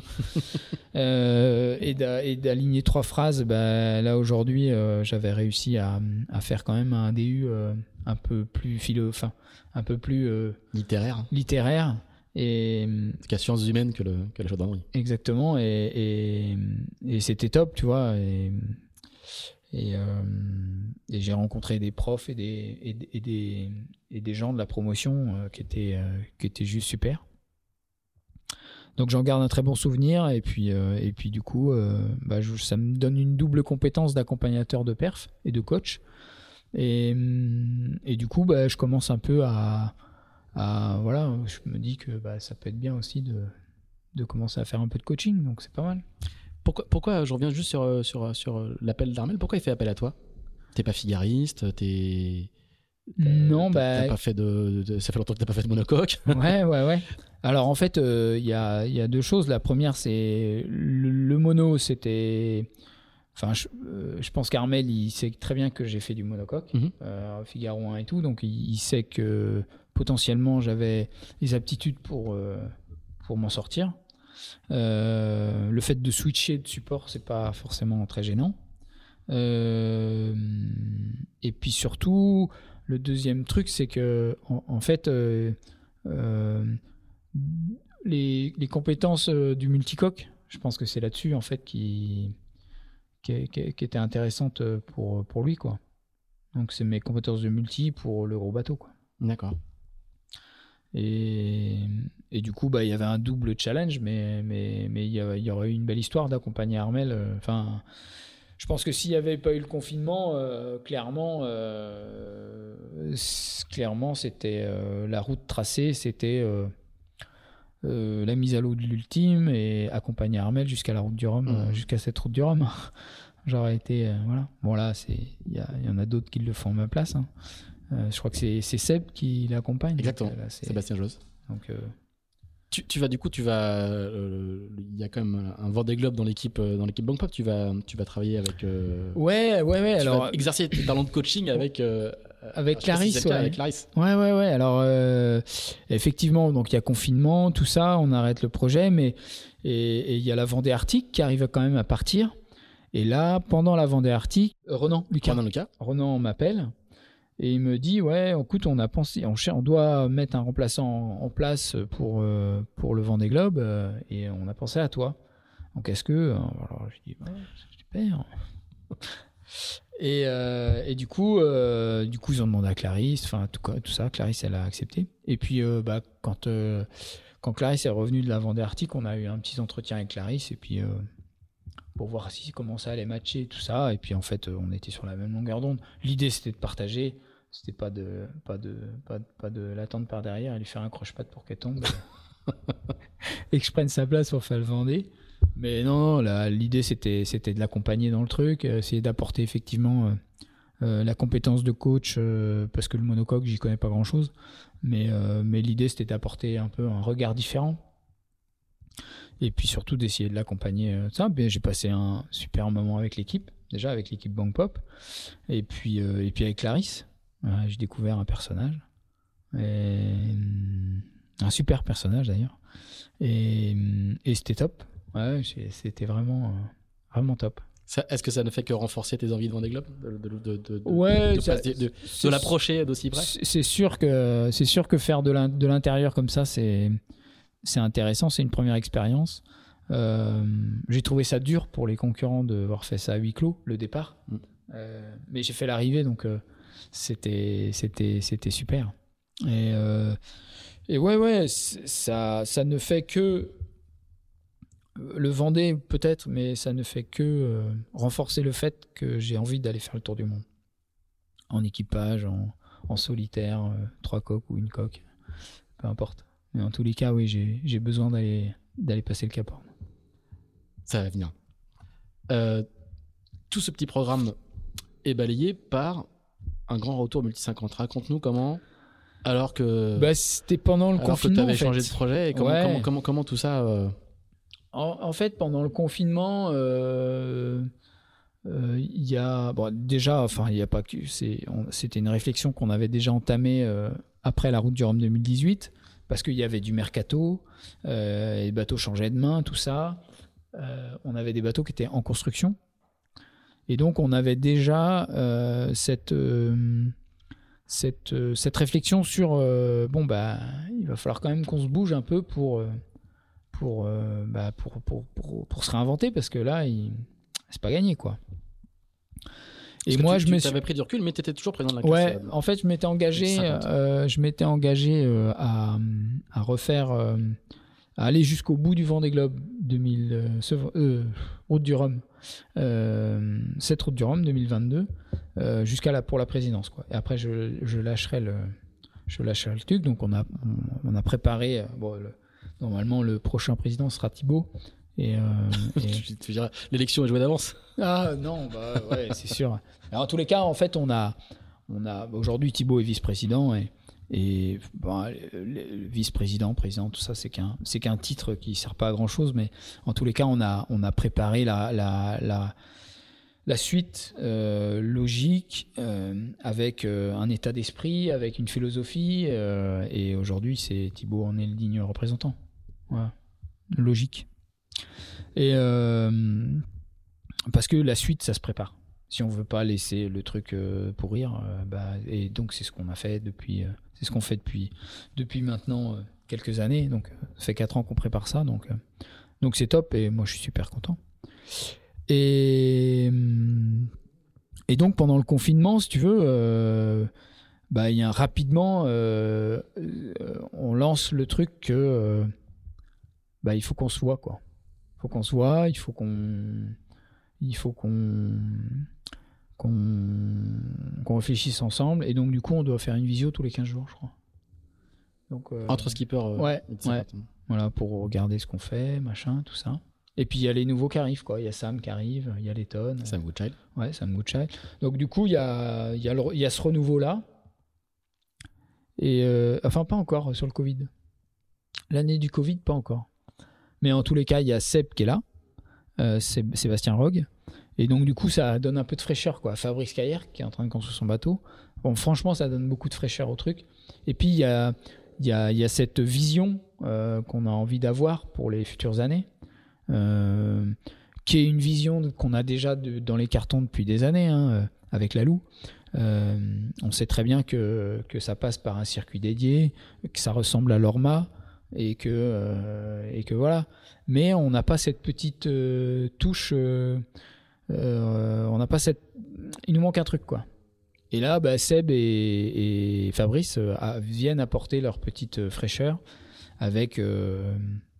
euh, et, d'a, et d'aligner trois phrases, bah, là aujourd'hui, euh, j'avais réussi à, à faire quand même un D U euh, un peu plus philo, enfin, un peu plus euh, littéraire. Littéraire. Et c'est qu'à sciences humaines que, le, que la chaudronnerie. Exactement. Et, et, et c'était top, tu vois. Et, et, euh, et j'ai rencontré des profs et des, et, et des, et des gens de la promotion euh, qui, étaient, euh, qui étaient juste super. Donc j'en garde un très bon souvenir. Et puis, euh, et puis du coup, euh, bah, je, ça me donne une double compétence d'accompagnateur de perf et de coach. Et, et du coup, bah, je commence un peu à, à... Voilà, je me dis que bah, ça peut être bien aussi de, de commencer à faire un peu de coaching. Donc c'est pas mal. Pourquoi, pourquoi je reviens juste sur, sur, sur l'appel d'Armel, pourquoi il fait appel à toi ? T'es pas figariste, t'es... T'as, non, t'as, bah... t'as pas fait de, de... Ça fait longtemps que t'as pas fait de monocoque. Ouais, ouais, ouais. Alors en fait, il euh, y, a, y a deux choses. La première, c'est... Le, le mono, c'était... Enfin, je, euh, je pense qu'Armel, il sait très bien que j'ai fait du monocoque, mm-hmm. euh, Figaro un et tout, donc il, il sait que potentiellement j'avais les aptitudes pour, euh, pour m'en sortir. Euh, le fait de switcher de support, c'est pas forcément très gênant. Euh, et puis surtout, le deuxième truc, c'est que en, en fait, euh, euh, les, les compétences du multicoque, je pense que c'est là-dessus en fait qui Qui, qui, qui était intéressante pour, pour lui, quoi. Donc c'est mes compétences de multi pour le gros bateau, quoi. D'accord. Et, et du coup, bah, il y avait un double challenge, mais mais mais il y, a, il y aurait eu une belle histoire d'accompagner Armel. Enfin, euh, je pense que s'il n'y avait pas eu le confinement, euh, clairement, euh, clairement, c'était euh, la route tracée, c'était euh, euh, la mise à l'eau de l'ultime et accompagner Armel jusqu'à la route du Rhum, mmh. euh, jusqu'à cette route du Rhum. J'aurais été, euh, voilà. Bon là, c'est, il y, y en a d'autres qui le font à ma place. Hein. Euh, je crois que c'est, c'est Seb qui l'accompagne. Exactement. Donc, là, c'est... Sébastien Josse. Donc, euh... tu, tu vas du coup, tu vas, il euh, y a quand même un Vendée Globe dans l'équipe, dans l'équipe Bang Pop. Tu vas, tu vas travailler avec. Euh, ouais, ouais, ouais. Tu alors, vas exercer tes talents de coaching avec, euh, avec Clarisse, ouais. avec Clarisse. Ouais, ouais, ouais. Alors, euh, effectivement, donc il y a confinement, tout ça, on arrête le projet, mais et il y a la Vendée Arctique qui arrive quand même à partir. Et là, pendant la Vendée Arctique, euh, Ronan, Lucas, Ronan, Lucas. Ronan m'appelle et il me dit, ouais, écoute, on a pensé, on, on doit mettre un remplaçant en place pour euh, pour le Vendée Globe euh, et on a pensé à toi. Donc, est-ce que, alors je dis, ouais, c'est super. Et, euh, et du coup, euh, du coup, ils ont demandé à Clarisse, enfin tout, tout ça. Clarisse, elle a accepté. Et puis, euh, bah, quand euh, quand Clarisse est revenue de la Vendée Arctique, on a eu un petit entretien avec Clarisse et puis euh, pour voir si comment ça allait matcher et tout ça. Et puis en fait, on était sur la même longueur d'onde. L'idée, c'était de partager. C'était pas de pas de pas de, pas de l'attendre par derrière et lui faire un croche-patte pour qu'elle tombe et que je prenne sa place pour faire le Vendée. Mais non, là, l'idée c'était, c'était de l'accompagner dans le truc, euh, essayer d'apporter effectivement euh, euh, la compétence de coach, euh, parce que le monocoque, j'y connais pas grand-chose. Mais, euh, mais l'idée c'était d'apporter un peu un regard différent. Et puis surtout d'essayer de l'accompagner. Euh, ça. Mais j'ai passé un super moment avec l'équipe, déjà avec l'équipe Bang Pop. Et puis, euh, et puis avec Clarisse, euh, j'ai découvert un personnage. Et, un super personnage d'ailleurs. Et, et c'était top. Ouais, c'était vraiment, euh, vraiment top. Ça, est-ce que ça ne fait que renforcer tes envies de Vendée Globe, de, de, de, de, ouais, de, ça, de, de, de l'approcher d'aussi près? C'est sûr que c'est sûr que faire de l'intérieur comme ça, c'est c'est intéressant, c'est une première expérience. Euh, j'ai trouvé ça dur pour les concurrents de avoir fait ça à huis clos, le départ. Mm. Euh, mais j'ai fait l'arrivée, donc euh, c'était c'était c'était super. Et euh, et ouais ouais, ça ça ne fait que le Vendée peut-être, mais ça ne fait que euh, renforcer le fait que j'ai envie d'aller faire le tour du monde. En équipage, en, en solitaire, euh, trois coques ou une coque, peu importe. Mais en tous les cas, oui, j'ai, j'ai besoin d'aller, d'aller passer le Cap Horn. Ça va venir. Euh, tout ce petit programme est balayé par un grand retour multi cinquante. Raconte-nous comment, alors que... Bah, c'était pendant le alors confinement, que tu avais en fait. changé de projet, et comment, ouais. comment, comment, comment tout ça... Euh... En, en fait, pendant le confinement, il euh, euh, y a bon, déjà, enfin, il y a pas que c'est, on, c'était une réflexion qu'on avait déjà entamée euh, après la Route du Rhum deux mille dix-huit, parce qu'il y avait du mercato, euh, les bateaux changeaient de main, tout ça. Euh, on avait des bateaux qui étaient en construction, et donc on avait déjà euh, cette euh, cette euh, cette réflexion sur euh, bon bah, il va falloir quand même qu'on se bouge un peu pour euh, Pour, euh, bah pour, pour, pour, pour se réinventer, parce que là, il... c'est pas gagné, quoi. Et parce moi, tu, je me suis... avais pris du recul, mais tu étais toujours présent dans la classe. Ouais, en fait, je m'étais engagé, euh, je m'étais engagé euh, à, à refaire, euh, à aller jusqu'au bout du Vendée Globe deux mille, euh, euh, Route du Rhum, euh, cette Route du Rhum deux mille vingt-deux, euh, jusqu'à la, pour la présidence, quoi. Et après, je, je lâcherai le, je lâcherai le truc. Donc, on a, on, on a préparé, bon, le, normalement, le prochain président sera Thibaut. Et, euh, et... tu, tu diras, l'élection est jouée d'avance. Ah non, bah ouais, c'est sûr. Alors, en tous les cas, en fait, on a, on a aujourd'hui Thibaut est vice-président et, et bon, le, le vice-président, président, tout ça, c'est qu'un, c'est qu'un titre qui sert pas à grand chose. Mais en tous les cas, on a, on a préparé la, la, la, la suite euh, logique euh, avec euh, un état d'esprit, avec une philosophie. Euh, et aujourd'hui, c'est Thibaut en est le digne représentant. Voilà. Logique. Et euh, parce que la suite, ça se prépare. Si on veut pas laisser le truc euh, pourrir, euh, bah, et donc c'est ce qu'on a fait depuis, euh, c'est ce qu'on fait depuis depuis maintenant euh, quelques années. Donc ça fait quatre ans qu'on prépare ça, donc euh, donc c'est top et moi je suis super content. Et et donc pendant le confinement, si tu veux, euh, bah il y a rapidement, euh, on lance le truc que euh, bah il faut qu'on se voit, quoi. Il faut qu'on se voit, il faut qu'on il faut qu'on qu'on qu'on réfléchisse ensemble, et donc du coup on doit faire une visio tous les quinze jours, je crois. Donc euh, entre skippers euh, ouais, ouais. Voilà, pour regarder ce qu'on fait, machin, tout ça. Et puis il y a les nouveaux qui arrivent, quoi. Il y a Sam qui arrive, il y a Letton. Sam Goodchild. Ouais, Sam Goodchild. Donc du coup il y a il y a le, il y a ce renouveau là. Et euh, enfin pas encore sur le Covid. L'année du Covid, pas encore. Mais en tous les cas, il y a Seb qui est là, euh, Sébastien Rogue, et donc du coup ça donne un peu de fraîcheur, quoi. Fabrice Caillère qui est en train de construire son bateau, Bon, franchement, ça donne beaucoup de fraîcheur au truc. Et puis, il y a, y a, y a cette vision euh, qu'on a envie d'avoir pour les futures années, euh, qui est une vision qu'on a déjà de, dans les cartons depuis des années, hein, avec la Loue. Euh, on sait très bien que, que ça passe par un circuit dédié, que ça ressemble à l'Orma, et que, euh, et que voilà. Mais on n'a pas cette petite euh, touche, euh, euh, on n'a pas cette... Il nous manque un truc, quoi. Et là, bah, Seb et, et Fabrice euh, viennent apporter leur petite fraîcheur avec, euh,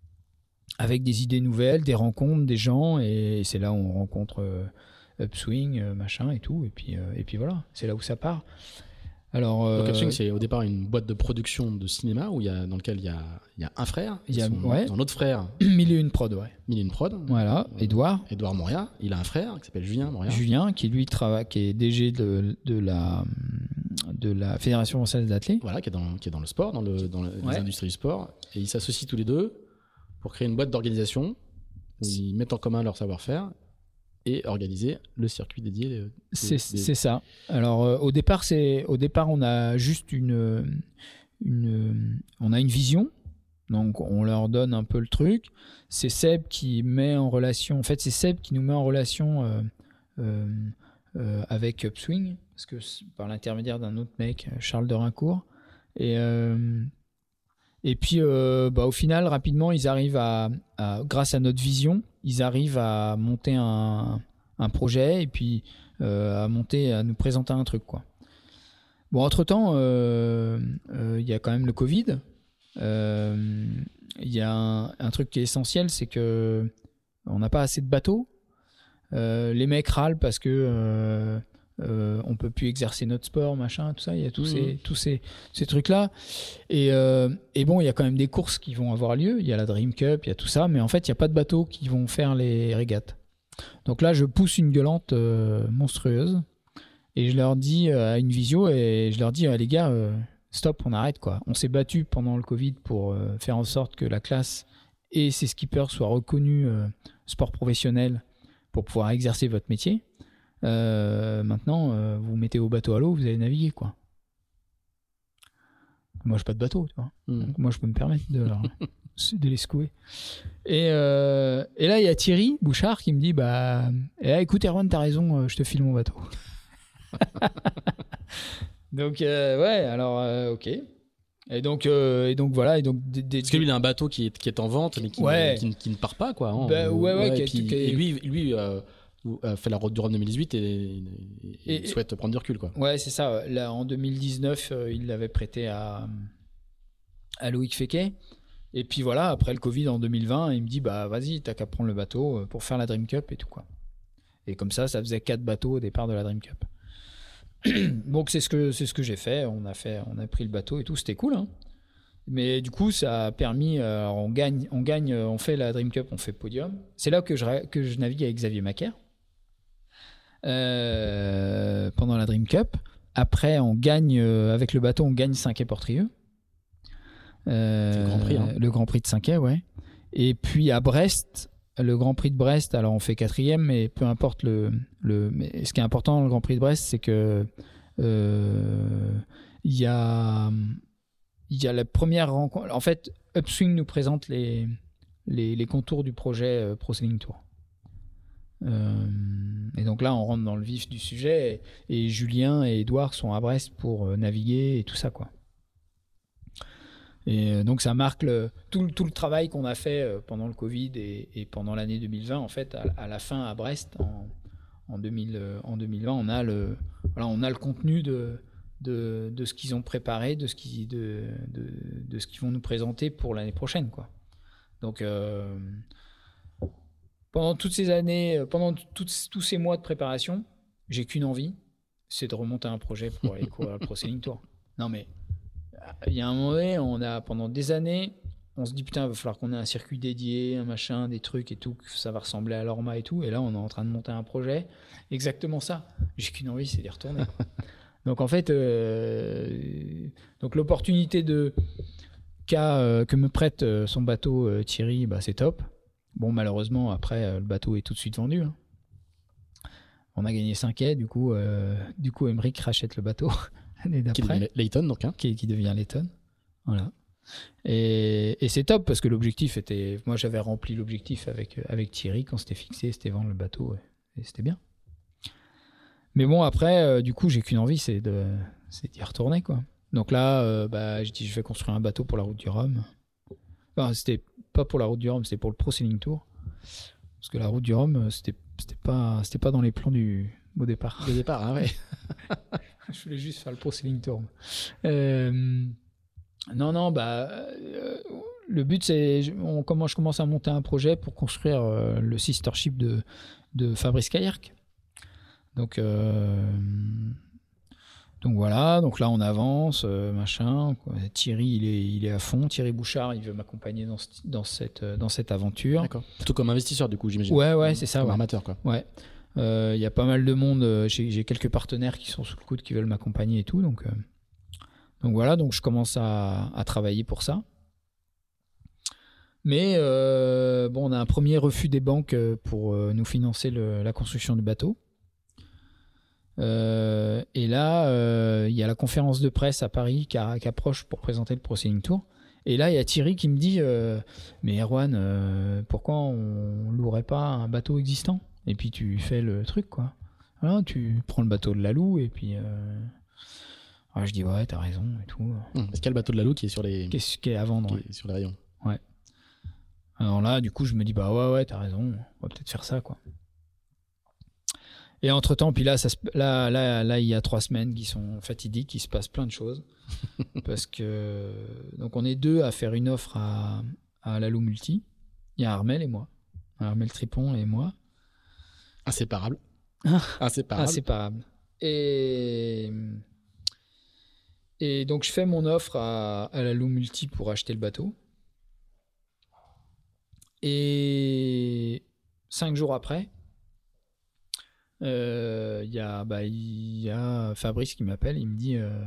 avec des idées nouvelles, des rencontres, des gens, et c'est là où on rencontre euh, Upswing, euh, machin et tout, et puis, euh, et puis voilà, c'est là où ça part. Alors, euh, Donc Upswing, c'est au départ une boîte de production de cinéma où il y a, dans lequel il y a, il y a un frère, il y a son, ouais. son autre frère. Mille et une prod, ouais. Mille et une prod. Voilà, Edouard. Edouard Moria. Il a un frère qui s'appelle Julien Moria. Julien, qui lui travaille, qui est D G de, de, la, de la Fédération française d'athlètes. Voilà, qui est dans, qui est dans le sport, dans, le, dans le, ouais. les industries du sport. Et ils s'associent tous les deux pour créer une boîte d'organisation où ils mettent en commun leur savoir-faire et organiser le circuit dédié. Des, c'est, des... c'est ça. Alors euh, au départ, c'est au départ, on a juste une, une, on a une vision. Donc on leur donne un peu le truc. C'est Seb qui met en relation. En fait, c'est Seb qui nous met en relation euh, euh, euh, avec Upswing, parce que par l'intermédiaire d'un autre mec, Charles de Rincourt. Et euh, et puis, euh, bah, au final, rapidement, ils arrivent à, à, grâce à notre vision, ils arrivent à monter un, un projet et puis euh, à monter, à nous présenter un truc, quoi. Bon, entre-temps, il euh, euh, y a quand même le Covid. Il euh, y a un, un truc qui est essentiel, c'est que on n'a pas assez de bateaux. Euh, les mecs râlent parce que euh, euh, on peut plus exercer notre sport, machin, tout ça. Il y a tous mmh. ces tous ces, ces trucs là. Et, euh, et bon, il y a quand même des courses qui vont avoir lieu. Il y a la Dream Cup, il y a tout ça, mais en fait, il y a pas de bateaux qui vont faire les régates. Donc là, je pousse une gueulante euh, monstrueuse et je leur dis euh, à une visio et je leur dis ah, les gars. Euh, Stop, on arrête, quoi. On s'est battu pendant le Covid pour euh, faire en sorte que la classe et ses skippers soient reconnus euh, sport professionnel pour pouvoir exercer votre métier. Euh, maintenant, euh, vous mettez vos bateaux à l'eau, vous allez naviguer, quoi. Moi, je n'ai pas de bateau, tu vois. Mm. Donc, moi, je peux me permettre de, leur, de les secouer. Et, euh, et là, il y a Thierry Bouchard qui me dit bah, eh, écoute, Erwan, t'as raison, euh, je te file mon bateau. Donc euh, ouais, alors euh, ok. Et donc euh, et donc voilà et donc des, des, parce que lui il a un bateau qui est qui est en vente mais qui, ouais. ne, qui, qui ne part pas, quoi. Hein. Bah, ouais ouais. ouais et, puis, puis, et lui lui euh, fait la route du Rhum deux mille dix-huit et, et, et, et souhaite prendre du recul, quoi. Ouais, c'est ça. Là en deux mille dix-neuf, euh, il l'avait prêté à à Loïc Féquet. Et puis voilà, après le Covid en deux mille vingt, il me dit bah vas-y, t'as qu'à prendre le bateau pour faire la Dream Cup et tout, quoi. Et comme ça, ça faisait quatre bateaux au départ de la Dream Cup. Donc c'est ce que c'est ce que j'ai fait. On a fait, on a pris le bateau et tout, c'était cool, hein. Mais du coup, ça a permis. Euh, on gagne, on gagne, on fait la Dream Cup, on fait podium. C'est là que je que je navigue avec Xavier Macaire euh, pendant la Dream Cup. Après, on gagne euh, avec le bateau, on gagne Saint-Quay-Portrieux. Euh, c'est le Grand Prix, hein. Le Grand Prix de Saint-Quay, ouais. Et puis à Brest. Le Grand Prix de Brest, alors on fait quatrième, mais peu importe le, le. Mais ce qui est important dans le Grand Prix de Brest, c'est que euh, y a il y a la première rencontre. En fait, Upswing nous présente les les, les contours du projet euh, Pro Sailing Tour. Euh, et donc là, on rentre dans le vif du sujet et, et Julien et Edouard sont à Brest pour euh, naviguer et tout ça, quoi. Et donc ça marque le, tout, le, tout le travail qu'on a fait pendant le Covid et, et pendant l'année deux mille vingt, en fait, à, à la fin à Brest, en, en, deux mille, en deux mille vingt, on a le, voilà, on a le contenu de, de, de ce qu'ils ont préparé, de ce, qui, de, de, de ce qu'ils vont nous présenter pour l'année prochaine, quoi. Donc euh, pendant toutes ces années, pendant toutes, tous ces mois de préparation, j'ai qu'une envie, c'est de remonter un projet pour aller courir le Pro Sailing Tour. Non mais il y a un moment donné, on a, pendant des années, on se dit putain, il va falloir qu'on ait un circuit dédié, un machin, des trucs et tout, que ça va ressembler à l'Orma et tout. Et là, on est en train de monter un projet. Exactement ça. J'ai qu'une envie, c'est d'y retourner. Donc en fait, euh, donc l'opportunité de qu'a, euh, que me prête euh, son bateau euh, Thierry, bah, c'est top. Bon, malheureusement, après, euh, le bateau est tout de suite vendu, hein. On a gagné Saint-Quay, du coup, euh, du coup, Emmerich rachète le bateau. l'année d'après. Qui devient Layton, donc. Hein. Qui, qui devient Layton. Voilà. Et, et c'est top parce que l'objectif était. Moi, j'avais rempli l'objectif avec, avec Thierry quand c'était fixé, c'était vendre le bateau et, et c'était bien. Mais bon, après, euh, du coup, j'ai qu'une envie, c'est, de, c'est d'y retourner, quoi. Donc là, euh, bah, je dis, je vais construire un bateau pour la route du Rhum. Enfin, c'était pas pour la route du Rhum, c'était pour le Pro Sailing Tour. Parce que la route du Rhum, c'était, c'était, pas, c'était pas dans les plans du, au départ. Au départ, hein, ouais. Je voulais juste faire le Pro Sailing Tour. Euh, non, non, bah, euh, le but, c'est. On commence, je commence à monter un projet pour construire euh, le sister ship de, de Fabrice Kayak. Donc. Euh, Donc voilà, donc là on avance, euh, machin. Quoi. Thierry, il est, il est à fond. Thierry Bouchard, il veut m'accompagner dans, ce, dans, cette, dans cette aventure. D'accord. Plutôt comme investisseur, du coup, j'imagine. Ouais, ouais, c'est ça. Comme ouais. armateur, quoi. Ouais. Il euh, y a pas mal de monde. J'ai, j'ai quelques partenaires qui sont sous le coude, qui veulent m'accompagner et tout. Donc, euh, donc voilà, donc je commence à, à travailler pour ça. Mais euh, bon, on a un premier refus des banques pour euh, nous financer le, la construction du bateau. Euh, et là, il euh, y a la conférence de presse à Paris qui, a, qui approche pour présenter le Pro Sailing Tour. Et là, il y a Thierry qui me dit euh, mais Erwan, euh, pourquoi on louerait pas un bateau existant ? Et puis tu fais le truc, quoi. Voilà, tu prends le bateau de Lalou et puis. Euh... Alors, je dis ouais, t'as raison et tout. Mmh, est-ce qu'il y a le bateau de Lalou qui est sur les. Qu'est-ce qui est à vendre ? Qui ouais. est sur les rayons. Ouais. Alors là, du coup, je me dis bah ouais, ouais, t'as raison. On va peut-être faire ça, quoi. Et entre-temps, puis là, ça se, là, là, là, il y a trois semaines qui sont fatidiques, il se passe plein de choses. Parce que, donc on est deux à faire une offre à, à Lalou Multi. Il y a Armel et moi. Armel Tripon et moi. Inséparable. Inséparable. Inséparable. Inséparable. Et, et donc je fais mon offre à, à Lalou Multi pour acheter le bateau. Et cinq jours après, il euh, y, bah, y a Fabrice qui m'appelle, il me dit euh,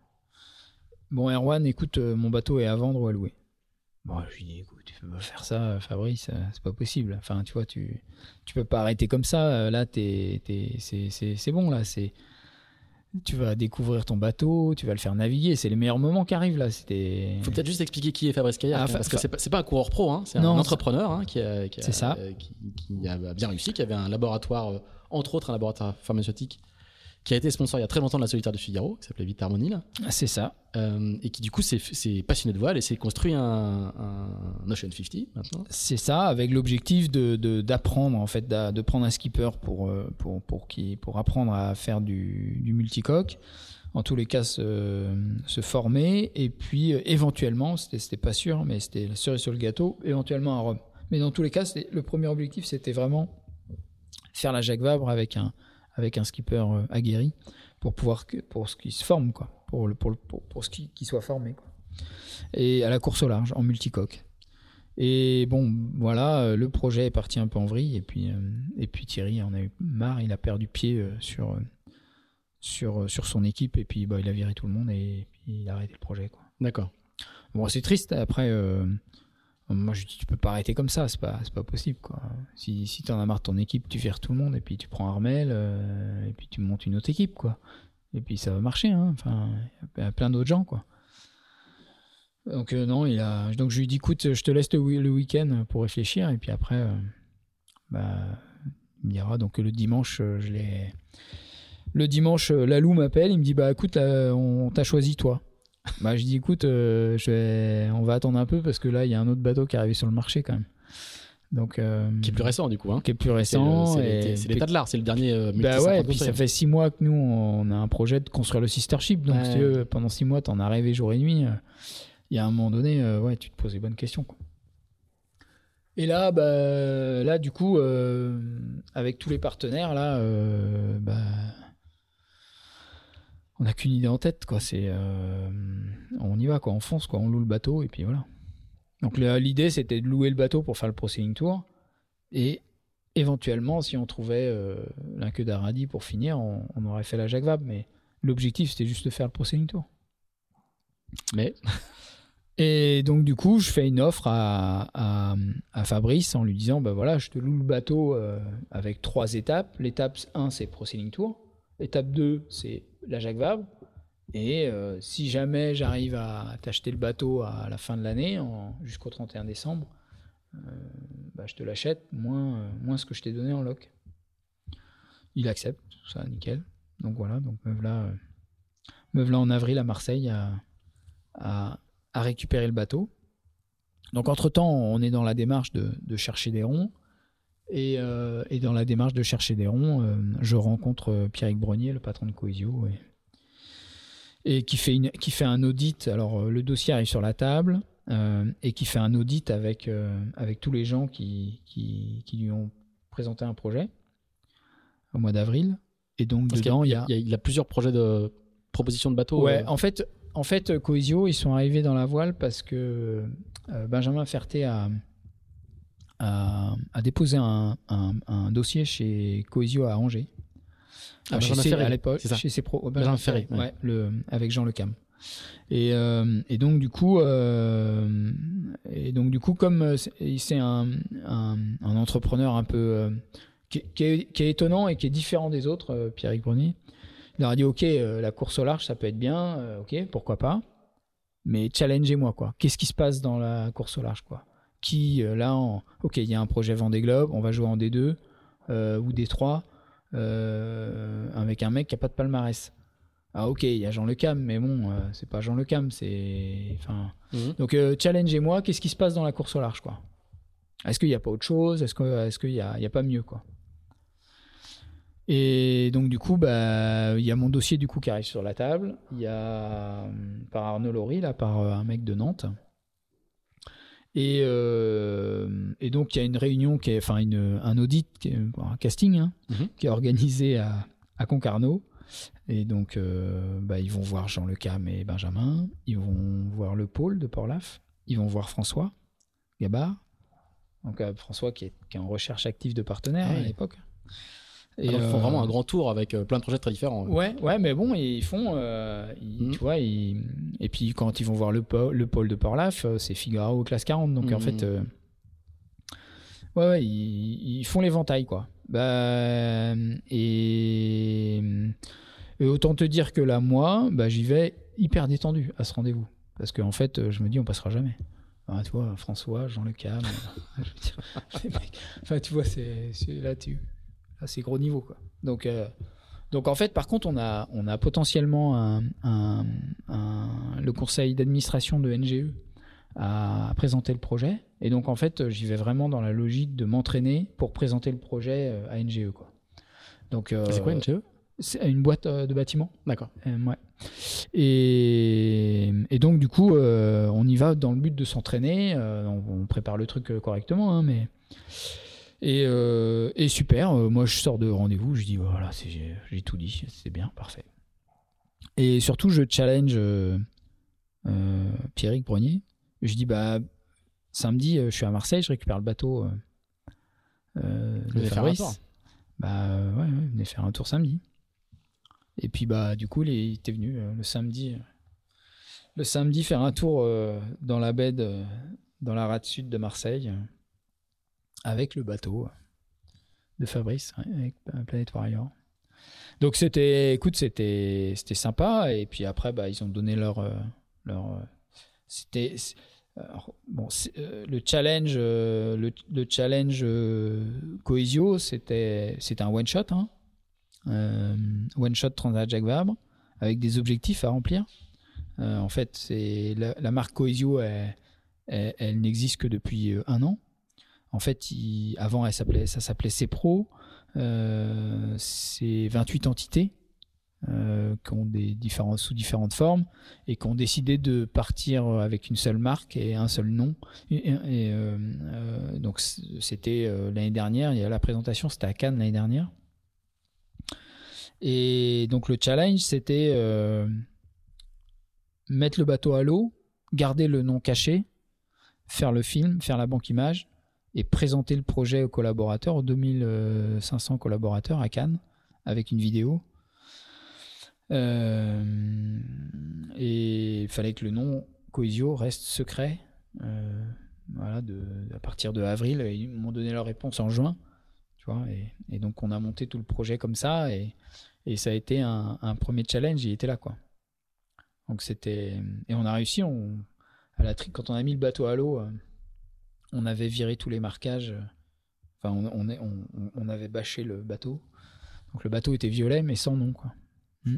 bon Erwan, écoute, euh, mon bateau est à vendre ou à louer. Bon, je lui dis écoute, tu peux pas faire ça, Fabrice, c'est pas possible. Enfin, tu vois, tu tu peux pas arrêter comme ça. Là, t'es, t'es, c'est, c'est, c'est bon là, c'est tu vas découvrir ton bateau, tu vas le faire naviguer, c'est les meilleurs moments qui arrivent là. C'était. Faut peut-être juste expliquer qui est Fabrice Kayak, ah, hein, fa- parce que c'est pas, c'est pas un coureur pro, hein, c'est non, un entrepreneur hein, qui, a, qui, a, c'est ça. Euh, qui, qui a bien réussi, qui avait un laboratoire, euh, entre autres un laboratoire pharmaceutique, qui a été sponsor il y a très longtemps de la Solitaire du Figaro, qui s'appelait Vite Harmonie. Là. C'est ça. Euh, et qui du coup s'est, s'est passionné de voile et s'est construit un, un Ocean cinquante maintenant. C'est ça, avec l'objectif de, de, d'apprendre, en fait, de, de prendre un skipper pour, pour, pour, qui, pour apprendre à faire du, du multicoque. En tous les cas, se, se former, et puis euh, éventuellement, c'était, c'était pas sûr, mais c'était la cerise sur le gâteau, éventuellement à Rome. Mais dans tous les cas, c'était, le premier objectif, c'était vraiment faire la Jacques Vabre avec un, avec un skipper euh, aguerri, pour pouvoir que, pour ce qui se forme, quoi, pour, le, pour, le, pour, pour ce qui, qui soit formé, quoi. Et à la course au large, en multicoque. Et bon, voilà, le projet est parti un peu en vrille, et puis, euh, et puis Thierry en a eu marre, il a perdu pied euh, sur... Euh, Sur, sur son équipe, et puis bah, il a viré tout le monde et puis il a arrêté le projet, quoi. D'accord. Bon, c'est triste. Après, euh, moi je dis tu peux pas arrêter comme ça, c'est pas, c'est pas possible, quoi. Si, si t'en as marre de ton équipe, tu vires tout le monde et puis tu prends Armel euh, et puis tu montes une autre équipe, quoi. Et puis ça va marcher, hein. Enfin, il y a plein d'autres gens, quoi. Donc euh, non, il a. Donc je lui dis écoute, je te laisse le, le week-end pour réfléchir, et puis après, euh, bah, il me dira. Donc le dimanche, je l'ai. Le dimanche, Lalou m'appelle, il me dit bah écoute, là, on t'a choisi toi. Bah je dis écoute, euh, je vais, on va attendre un peu parce que là il y a un autre bateau qui est arrivé sur le marché quand même. Donc euh, qui est plus récent du coup, hein. Qui est plus récent. C'est, le, c'est, et, c'est l'état de l'art, c'est le dernier. Euh, bah ouais, et puis ça fait six mois que nous on a un projet de construire le sister ship, donc ouais. Si tu veux, pendant six mois t'en as rêvé jour et nuit. Il euh, y a un moment donné, euh, ouais, tu te poses les bonnes questions, quoi. Et là, bah là du coup, euh, avec tous les partenaires là, euh, bah on n'a qu'une idée en tête, quoi. C'est, euh, on y va, quoi. On fonce, quoi. On loue le bateau et puis voilà. Donc l'idée, c'était de louer le bateau pour faire le Pro Sailing Tour, et éventuellement, si on trouvait euh, la queue d'Aradi pour finir, on, on aurait fait la Jacques Vabre. Mais l'objectif, c'était juste de faire le Pro Sailing Tour. Mais et donc du coup, je fais une offre à, à, à Fabrice en lui disant, bah voilà, je te loue le bateau euh, avec trois étapes. L'étape un, c'est Pro Sailing Tour. L'étape deux, c'est la Jacques Vabre. Et euh, si jamais j'arrive à t'acheter le bateau à la fin de l'année, en, jusqu'au trente et un décembre, euh, bah, je te l'achète moins, euh, moins ce que je t'ai donné en loc. Il accepte, tout ça, nickel. Donc voilà, donc me voilà, euh, me voilà en avril à Marseille à, à, à récupérer le bateau. Donc entre-temps, on est dans la démarche de, de chercher des ronds. Et, euh, et dans la démarche de chercher des ronds, euh, je rencontre Pierrick Brognier, le patron de Coesio, et, et qui, fait une, qui fait un audit. Alors, le dossier arrive sur la table, euh, et qui fait un audit avec, euh, avec tous les gens qui, qui, qui lui ont présenté un projet au mois d'avril. Et donc, Parce dedans, il il y, y a... il y a plusieurs projets de proposition de bateaux. Ouais, euh... en fait, en fait, Coesio, ils sont arrivés dans la voile parce que euh, Benjamin Ferté a... A, a déposé un, un, un dossier chez Coesio à Angers. Ah, chez Benjamin ses, Ferré, à l'époque, c'est ça. chez ses pro, Benjamin, Benjamin Ferré, ouais, ouais. le, avec Jean Le Cam. Et, euh, et donc du coup, euh, et donc du coup, comme c'est un, un, un entrepreneur un peu euh, qui, qui, est, qui est étonnant et qui est différent des autres, euh, Pierrick Brognier, il leur a dit ok, euh, la course au large, ça peut être bien, euh, ok, pourquoi pas, mais challengez-moi quoi. Qu'est-ce qui se passe dans la course au large quoi? Qui, euh, là, en... ok, il y a un projet Vendée Globe, on va jouer en D deux euh, ou D trois euh, avec un mec qui n'a pas de palmarès. Ah, ok, il y a Jean Le Cam, mais bon, euh, c'est pas Jean Le Cam, c'est. Enfin... Mm-hmm. Donc, euh, challengez-moi, qu'est-ce qui se passe dans la course au large, quoi? Est-ce qu'il n'y a pas autre chose? Est-ce qu'il est qu'il n'y a, a pas mieux, quoi? Et donc, du coup, bah, il y a mon dossier du coup qui arrive sur la table. Il y a par Arnaud Laurie, là, par un mec de Nantes. Et, euh, et donc il y a une réunion, qui est, enfin une, un audit, qui est, un casting, hein, mm-hmm. qui est organisé à, à Concarneau. Et donc euh, bah, ils vont voir Jean Le Cam et Benjamin, ils vont voir le pôle de Port-Laf, ils vont voir François Gabard, donc euh, François qui est, qui est en recherche active de partenaires ah, à oui. l'époque. Et alors, ils font euh, vraiment un grand tour avec euh, plein de projets très différents. Ouais, ouais, mais bon, ils font, euh, ils, mmh. tu vois, ils, et puis quand ils vont voir le pôle, le pôle de Port-Laf, c'est Figaro aux classes quarante, donc mmh. en fait, euh, ouais, ouais, ils, ils font l'éventail, quoi. Bah, et, et autant te dire que là, moi, bah, j'y vais hyper détendu à ce rendez-vous, parce qu'en fait, je me dis, on passera jamais. Ah, tu vois, François, Jean Le Cam, je veux dire, enfin, tu vois, c'est, c'est là, tu. C'est gros niveau quoi. Donc, euh, donc en fait par contre on a, on a potentiellement un, un, un, le conseil d'administration de N G E à, à présenter le projet et donc en fait j'y vais vraiment dans la logique de m'entraîner pour présenter le projet à N G E quoi. Donc, euh, c'est quoi N G E? C'est une boîte de bâtiments. D'accord. Euh, ouais. Et, et donc du coup euh, on y va dans le but de s'entraîner, euh, on, on prépare le truc correctement hein, mais Et, euh, et super, euh, moi je sors de rendez-vous, je dis voilà, c'est, j'ai, j'ai tout dit, c'est bien, parfait. Et surtout, je challenge euh, euh, Pierrick Brognier. Je dis bah samedi, euh, je suis à Marseille, je récupère le bateau euh, euh, de Fabrice. Bah ouais, ouais, venez faire un tour samedi. Et puis bah du coup, il était venu euh, le samedi, euh, le samedi faire un tour euh, dans la baie, de, dans la rade sud de Marseille. Euh, avec le bateau de Fabrice, avec Planet Warrior. Donc c'était, écoute, c'était, c'était sympa. Et puis après, bah, ils ont donné leur, leur, c'était, alors, bon, euh, le challenge, euh, le, le challenge euh, Coesio, c'était, c'était un one shot, hein, euh, one shot Transat Jacques Vabre, avec des objectifs à remplir. Euh, en fait, c'est la, la marque Coesio, elle, elle, elle n'existe que depuis un an. En fait, il, avant, elle s'appelait, ça s'appelait C-Pro. Euh, c'est vingt-huit entités euh, qui ont des différents, sous différentes formes et qui ont décidé de partir avec une seule marque et un seul nom. Et, et, euh, euh, donc, c'était euh, l'année dernière. Il y a la présentation, c'était à Cannes l'année dernière. Et donc, le challenge, c'était euh, mettre le bateau à l'eau, garder le nom caché, faire le film, faire la banque image et présenter le projet aux collaborateurs, aux deux mille cinq cents collaborateurs à Cannes, avec une vidéo. Euh, et il fallait que le nom Coesio reste secret. Euh, voilà, de, à partir de avril, ils m'ont donné leur réponse en juin. Tu vois, et, et donc on a monté tout le projet comme ça, et, et ça a été un, un premier challenge, il était là, quoi. Donc c'était et on a réussi. On à la tri... quand on a mis le bateau à l'eau, euh, on avait viré tous les marquages. Enfin, on, on, est, on, on avait bâché le bateau. Donc le bateau était violet, mais sans nom, quoi. Mm.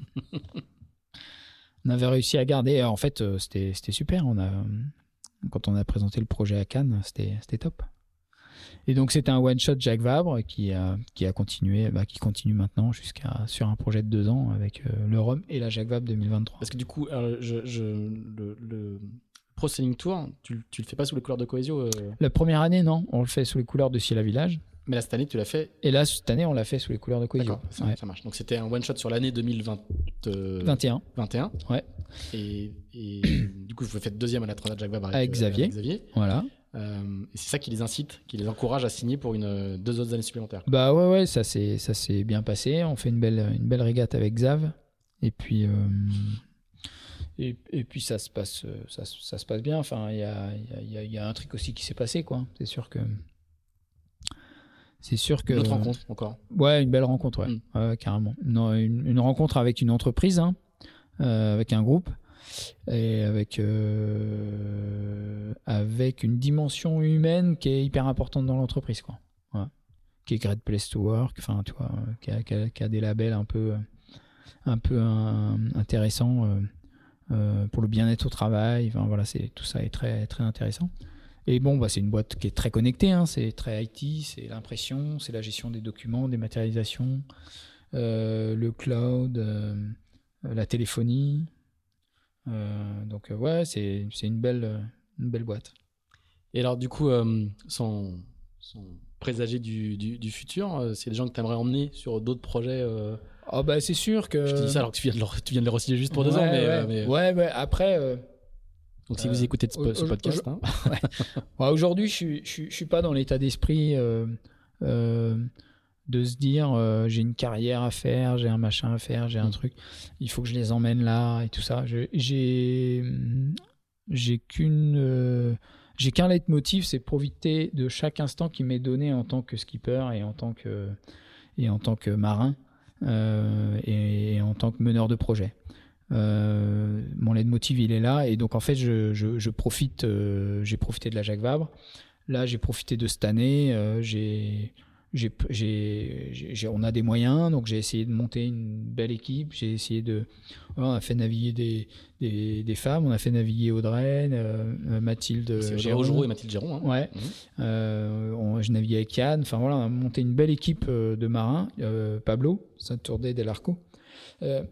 On avait réussi à garder. En fait, euh, c'était, c'était super. On a, quand on a présenté le projet à Cannes, c'était, c'était top. Et donc c'était un one shot Jacques Vabre qui a, qui a continué, bah, qui continue maintenant jusqu'à sur un projet de deux ans avec euh, le Rhum et la Jacques Vabre deux mille vingt-trois. Parce que du coup, alors, je, je, le, le Pro Sailing Tour, tu, tu le fais pas sous les couleurs de Coesio euh... La première année, non, on le fait sous les couleurs de Ciel à Village. Mais là, cette année, tu l'as fait. Et là, cette année, on l'a fait sous les couleurs de Coesio. D'accord, ça, ouais. ça marche. Donc c'était un one shot sur l'année deux mille vingt, euh, vingt et un. vingt et un. Ouais. Et, et du coup, vous faites deuxième à la Transat Jacques Vabre avec, avec Xavier. Avec Xavier. Voilà. Euh, et c'est ça qui les incite, qui les encourage à signer pour une, deux autres années supplémentaires. Bah ouais, ouais, ça s'est, ça s'est bien passé. On fait une belle, une belle régate avec Xav. Et puis, euh, et, et puis ça se passe, ça, ça se passe bien. Enfin, il y a, y, a, y a un truc aussi qui s'est passé, quoi. C'est sûr que. C'est sûr que. Une autre rencontre encore. Ouais, une belle rencontre, ouais, mm. ouais carrément. Non, une, une rencontre avec une entreprise, hein, euh, avec un groupe. Et avec euh, avec une dimension humaine qui est hyper importante dans l'entreprise, quoi. Ouais. Qui est Great Place to Work, enfin tu vois, qui a, qui a, qui a des labels un peu un peu un, intéressants euh, euh, pour le bien-être au travail. Enfin voilà, c'est tout ça est très très intéressant. Et bon, bah c'est une boîte qui est très connectée, hein, c'est très I T, c'est l'impression, c'est la gestion des documents, des matérialisations, euh, le cloud, euh, la téléphonie. Euh, donc euh, ouais, c'est, c'est une, belle, une belle boîte. Et alors du coup, euh, sans, sans présager du, du, du futur, euh, c'est des gens que tu aimerais emmener sur d'autres projets euh... Oh bah c'est sûr que... Je te dis ça alors que tu viens de, leur, tu viens de les re-signer juste pour ouais, deux ans. Mais, ouais, euh, mais... ouais, ouais après... Euh, donc si euh, vous écoutez ce, ce podcast... Au, hein. ouais. Ouais, aujourd'hui, je ne je, je suis pas dans l'état d'esprit... Euh, euh, de se dire euh, j'ai une carrière à faire, j'ai un machin à faire, j'ai un mmh. truc, il faut que je les emmène là et tout ça. Je, j'ai j'ai qu'une euh, j'ai qu'un leitmotiv, c'est profiter de chaque instant qui m'est donné en tant que skipper et en tant que et en tant que marin euh, et, et en tant que meneur de projet. Euh, mon leitmotiv il est là et donc en fait je, je, je profite, euh, j'ai profité de la Jacques Vabre. Là j'ai profité de cette année, euh, j'ai J'ai, j'ai, j'ai, on a des moyens, donc j'ai essayé de monter une belle équipe. J'ai essayé de, voilà, on a fait naviguer des, des, des femmes, on a fait naviguer Audrey, euh, Mathilde Géron et Mathilde Géron. Hein. Ouais. Mmh. Euh, on, je naviguais avec Yann. Enfin voilà, on a monté une belle équipe de marins. Euh, Pablo, Saint-Tourdé del Arco. Euh,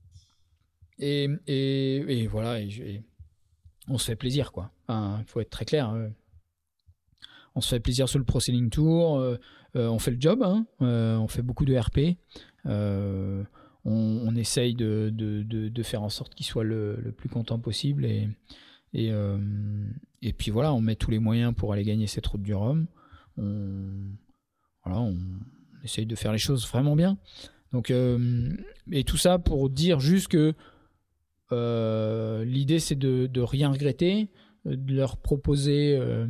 et, et, et voilà, et, et on se fait plaisir, quoi. Enfin, faut être très clair. Hein. On se fait plaisir sur le Pro Sailing Tour, euh, euh, on fait le job, hein, euh, on fait beaucoup de R P, euh, on, on essaye de, de, de, de faire en sorte qu'il soit le, le plus content possible et, et, euh, et puis voilà, on met tous les moyens pour aller gagner cette route du Rhum. On, voilà, on, on essaye de faire les choses vraiment bien. Donc, euh, et tout ça pour dire juste que euh, l'idée c'est de, de rien regretter, de leur proposer... Euh,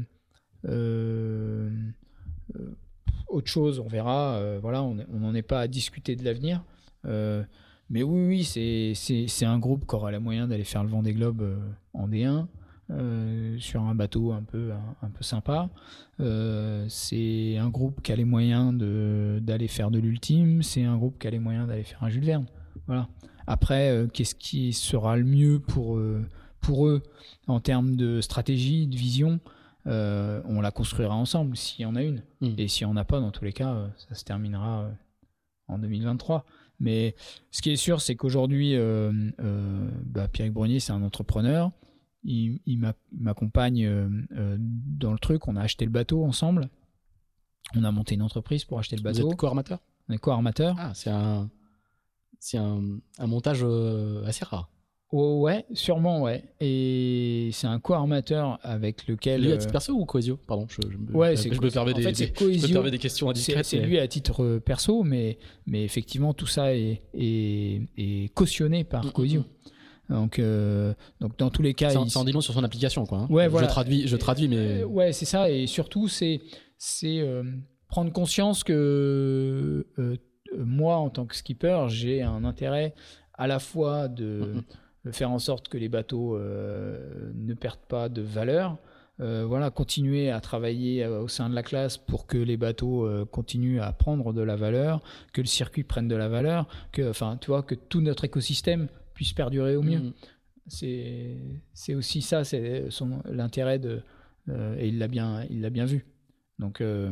Euh, euh, autre chose, on verra. Euh, voilà, on n'en est pas à discuter de l'avenir. Euh, mais oui, oui, c'est, c'est, c'est un groupe qui aura les moyens d'aller faire le Vendée Globe euh, en D un euh, sur un bateau un peu, un, un peu sympa. Euh, c'est un groupe qui a les moyens de, d'aller faire de l'ultime. C'est un groupe qui a les moyens d'aller faire un Jules Verne. Voilà. Après, euh, qu'est-ce qui sera le mieux pour, euh, pour eux en termes de stratégie, de vision? Euh, on la construira ensemble s'il y en a une. Mmh. Et s'il n'y en a pas, dans tous les cas, euh, ça se terminera euh, en deux mille vingt-trois. Mais ce qui est sûr, c'est qu'aujourd'hui, euh, euh, bah, Pierrick Brunier, c'est un entrepreneur. Il, il m'accompagne euh, euh, dans le truc. On a acheté le bateau ensemble. On a monté une entreprise pour acheter le bateau. Vous êtes co-armateur ? On est co-armateur. Ah, c'est un, c'est un, un montage euh, assez rare. Oh, ouais, sûrement, ouais. Et c'est un co-armateur avec lequel... Lui à titre perso ou Coesio ? Pardon, je, je, me, ouais, je, c'est je me permets des, fait, des, je me permets des questions indiscrètes. C'est, c'est mais... lui à titre perso, mais, mais effectivement, tout ça est, est, est cautionné par mmh, Coesio. Mmh. Donc, euh, donc, dans tous les cas... C'est, il... c'est en disant sur son application, quoi. Hein. Ouais, je, voilà. traduis, je traduis, mais... Euh, ouais, c'est ça. Et surtout, c'est, c'est euh, prendre conscience que euh, moi, en tant que skipper, j'ai un intérêt à la fois de... Mmh. faire en sorte que les bateaux euh, ne perdent pas de valeur. Euh, voilà, continuer à travailler euh, au sein de la classe pour que les bateaux euh, continuent à prendre de la valeur, que le circuit prenne de la valeur, que, enfin, tu vois, que tout notre écosystème puisse perdurer au mieux. Mmh. C'est, c'est aussi ça, c'est son, l'intérêt de, euh, et il l'a bien, il l'a bien vu. Donc, euh,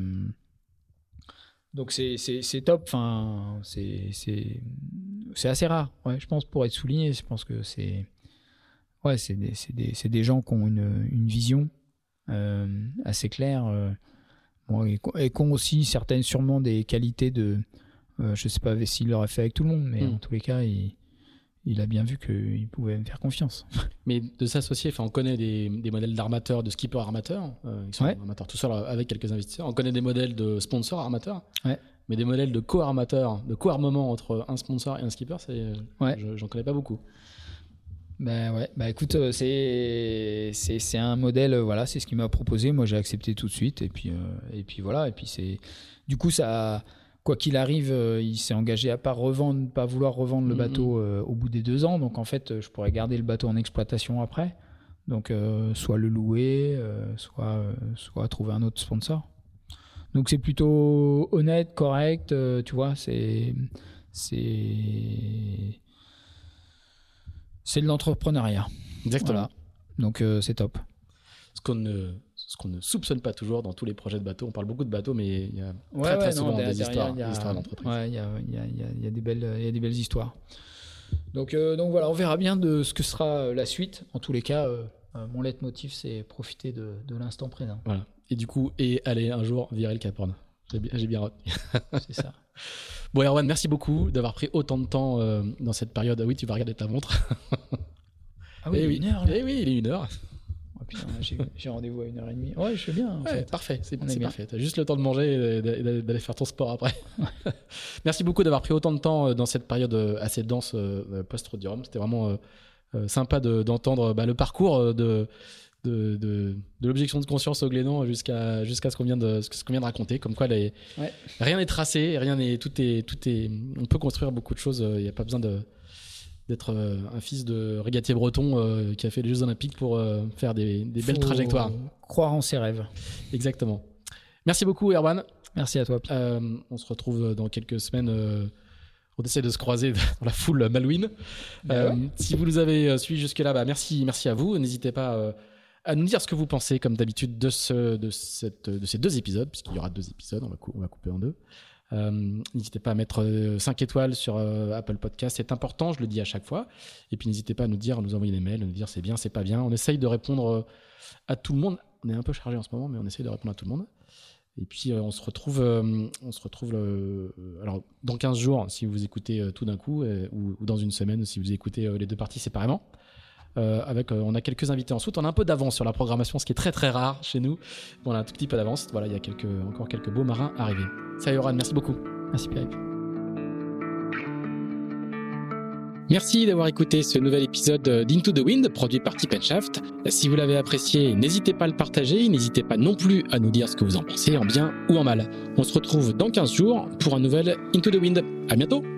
donc c'est, c'est, c'est top. Enfin, c'est, c'est, c'est assez rare. Ouais, je pense pour être souligné, je pense que c'est, ouais, c'est des, c'est des, c'est des gens qui ont une, une vision. Euh, assez clair euh, bon, et, et qui ont aussi certaines sûrement des qualités de euh, je sais pas s'il l'aurait fait avec tout le monde mais mmh. en tous les cas il, il a bien vu qu'il pouvait me faire confiance. Mais de s'associer, on connaît des, des modèles d'armateurs, de skippers armateurs euh, qui sont ouais. armateurs tout seuls avec quelques investisseurs, on connaît des modèles de sponsors armateurs ouais. mais des modèles de co-armateurs, de co-armement entre un sponsor et un skipper, c'est, ouais. je, j'en connais pas beaucoup. Ben ouais, bah écoute, c'est, c'est, c'est un modèle, voilà, c'est ce qu'il m'a proposé. Moi, j'ai accepté tout de suite. Et puis, euh, et puis voilà. Et puis c'est, du coup, ça, quoi qu'il arrive, euh, il s'est engagé à pas revendre, pas vouloir revendre le bateau euh, au bout des deux ans. Donc en fait, je pourrais garder le bateau en exploitation après. Donc euh, soit le louer, euh, soit, euh, soit trouver un autre sponsor. Donc c'est plutôt honnête, correct. Euh, tu vois, c'est, c'est C'est de l'entrepreneuriat. Exactement. Voilà. Donc euh, c'est top. Ce qu'on, ne, ce qu'on ne soupçonne pas toujours dans tous les projets de bateaux. On parle beaucoup de bateaux, mais il y a ouais, très, très ouais, souvent non, des, derrière, histoires, y a, des histoires d'entreprise. Ouais, il y a, y a, y a, y a des belles, il y a des belles histoires. Donc, euh, donc voilà, on verra bien de ce que sera la suite. En tous les cas, euh, mon leitmotiv, c'est profiter de, de l'instant présent. Voilà. Et du coup, et aller un jour virer le Cap Horn. J'ai bien, j'ai bien retenu. C'est ça. Bon, Erwan, merci beaucoup d'avoir pris autant de temps euh, dans cette période. Ah oui, tu vas regarder ta montre. Ah oui, et il oui. est une heure. Là. Et oui, il est une heure. Oh, putain, j'ai, j'ai rendez-vous à une heure et demie. Ouais, je fais bien. En ouais, fait. Parfait, c'est, c'est parfait. T'as juste le temps de manger et d'aller faire ton sport après. Merci beaucoup d'avoir pris autant de temps dans cette période assez dense post-Route du Rhum. C'était vraiment euh, sympa de, d'entendre bah, le parcours de, de, de, de l'objection de conscience au Glénan jusqu'à, jusqu'à ce qu'on vient de, ce qu'on vient de raconter. Comme quoi, les, ouais. rien n'est tracé, rien n'est, tout est, tout est, on peut construire beaucoup de choses. Il n'y a pas besoin de d'être euh, un fils de régatier breton euh, qui a fait les Jeux Olympiques pour euh, faire des, des belles trajectoires. Croire en ses rêves. Exactement. Merci beaucoup, Erwan. Merci à toi. Euh, on se retrouve dans quelques semaines. Euh, on essaie de se croiser dans la foule Malouine. Euh, ouais. Si vous nous avez suivis jusque-là, bah merci, merci à vous. N'hésitez pas euh, à nous dire ce que vous pensez, comme d'habitude, de, ce, de, cette, de ces deux épisodes, puisqu'il y aura deux épisodes, on va, cou- on va couper en deux. Euh, n'hésitez pas à mettre cinq étoiles sur euh, Apple Podcast, c'est important, je le dis à chaque fois. Et puis n'hésitez pas à nous dire, à nous envoyer des mails, à nous dire c'est bien, c'est pas bien. On essaye de répondre à tout le monde. On est un peu chargé en ce moment, mais on essaye de répondre à tout le monde. Et puis euh, on se retrouve, euh, on se retrouve euh, alors dans quinze jours si vous écoutez euh, tout d'un coup, euh, ou, ou dans une semaine si vous écoutez euh, les deux parties séparément. Euh, avec, euh, on a quelques invités en soute, on a un peu d'avance sur la programmation, ce qui est très très rare chez nous. Bon, on a un tout petit peu d'avance. Voilà, il y a quelques, encore quelques beaux marins arrivés. Salut Yoran, merci beaucoup. Merci Pierre. Merci d'avoir écouté ce nouvel épisode d'Into the Wind produit par Tip and Shaft. Si vous l'avez apprécié, n'hésitez pas à le partager, n'hésitez pas non plus à nous dire ce que vous en pensez, en bien ou en mal. On se retrouve dans quinze jours pour un nouvel Into the Wind. À bientôt.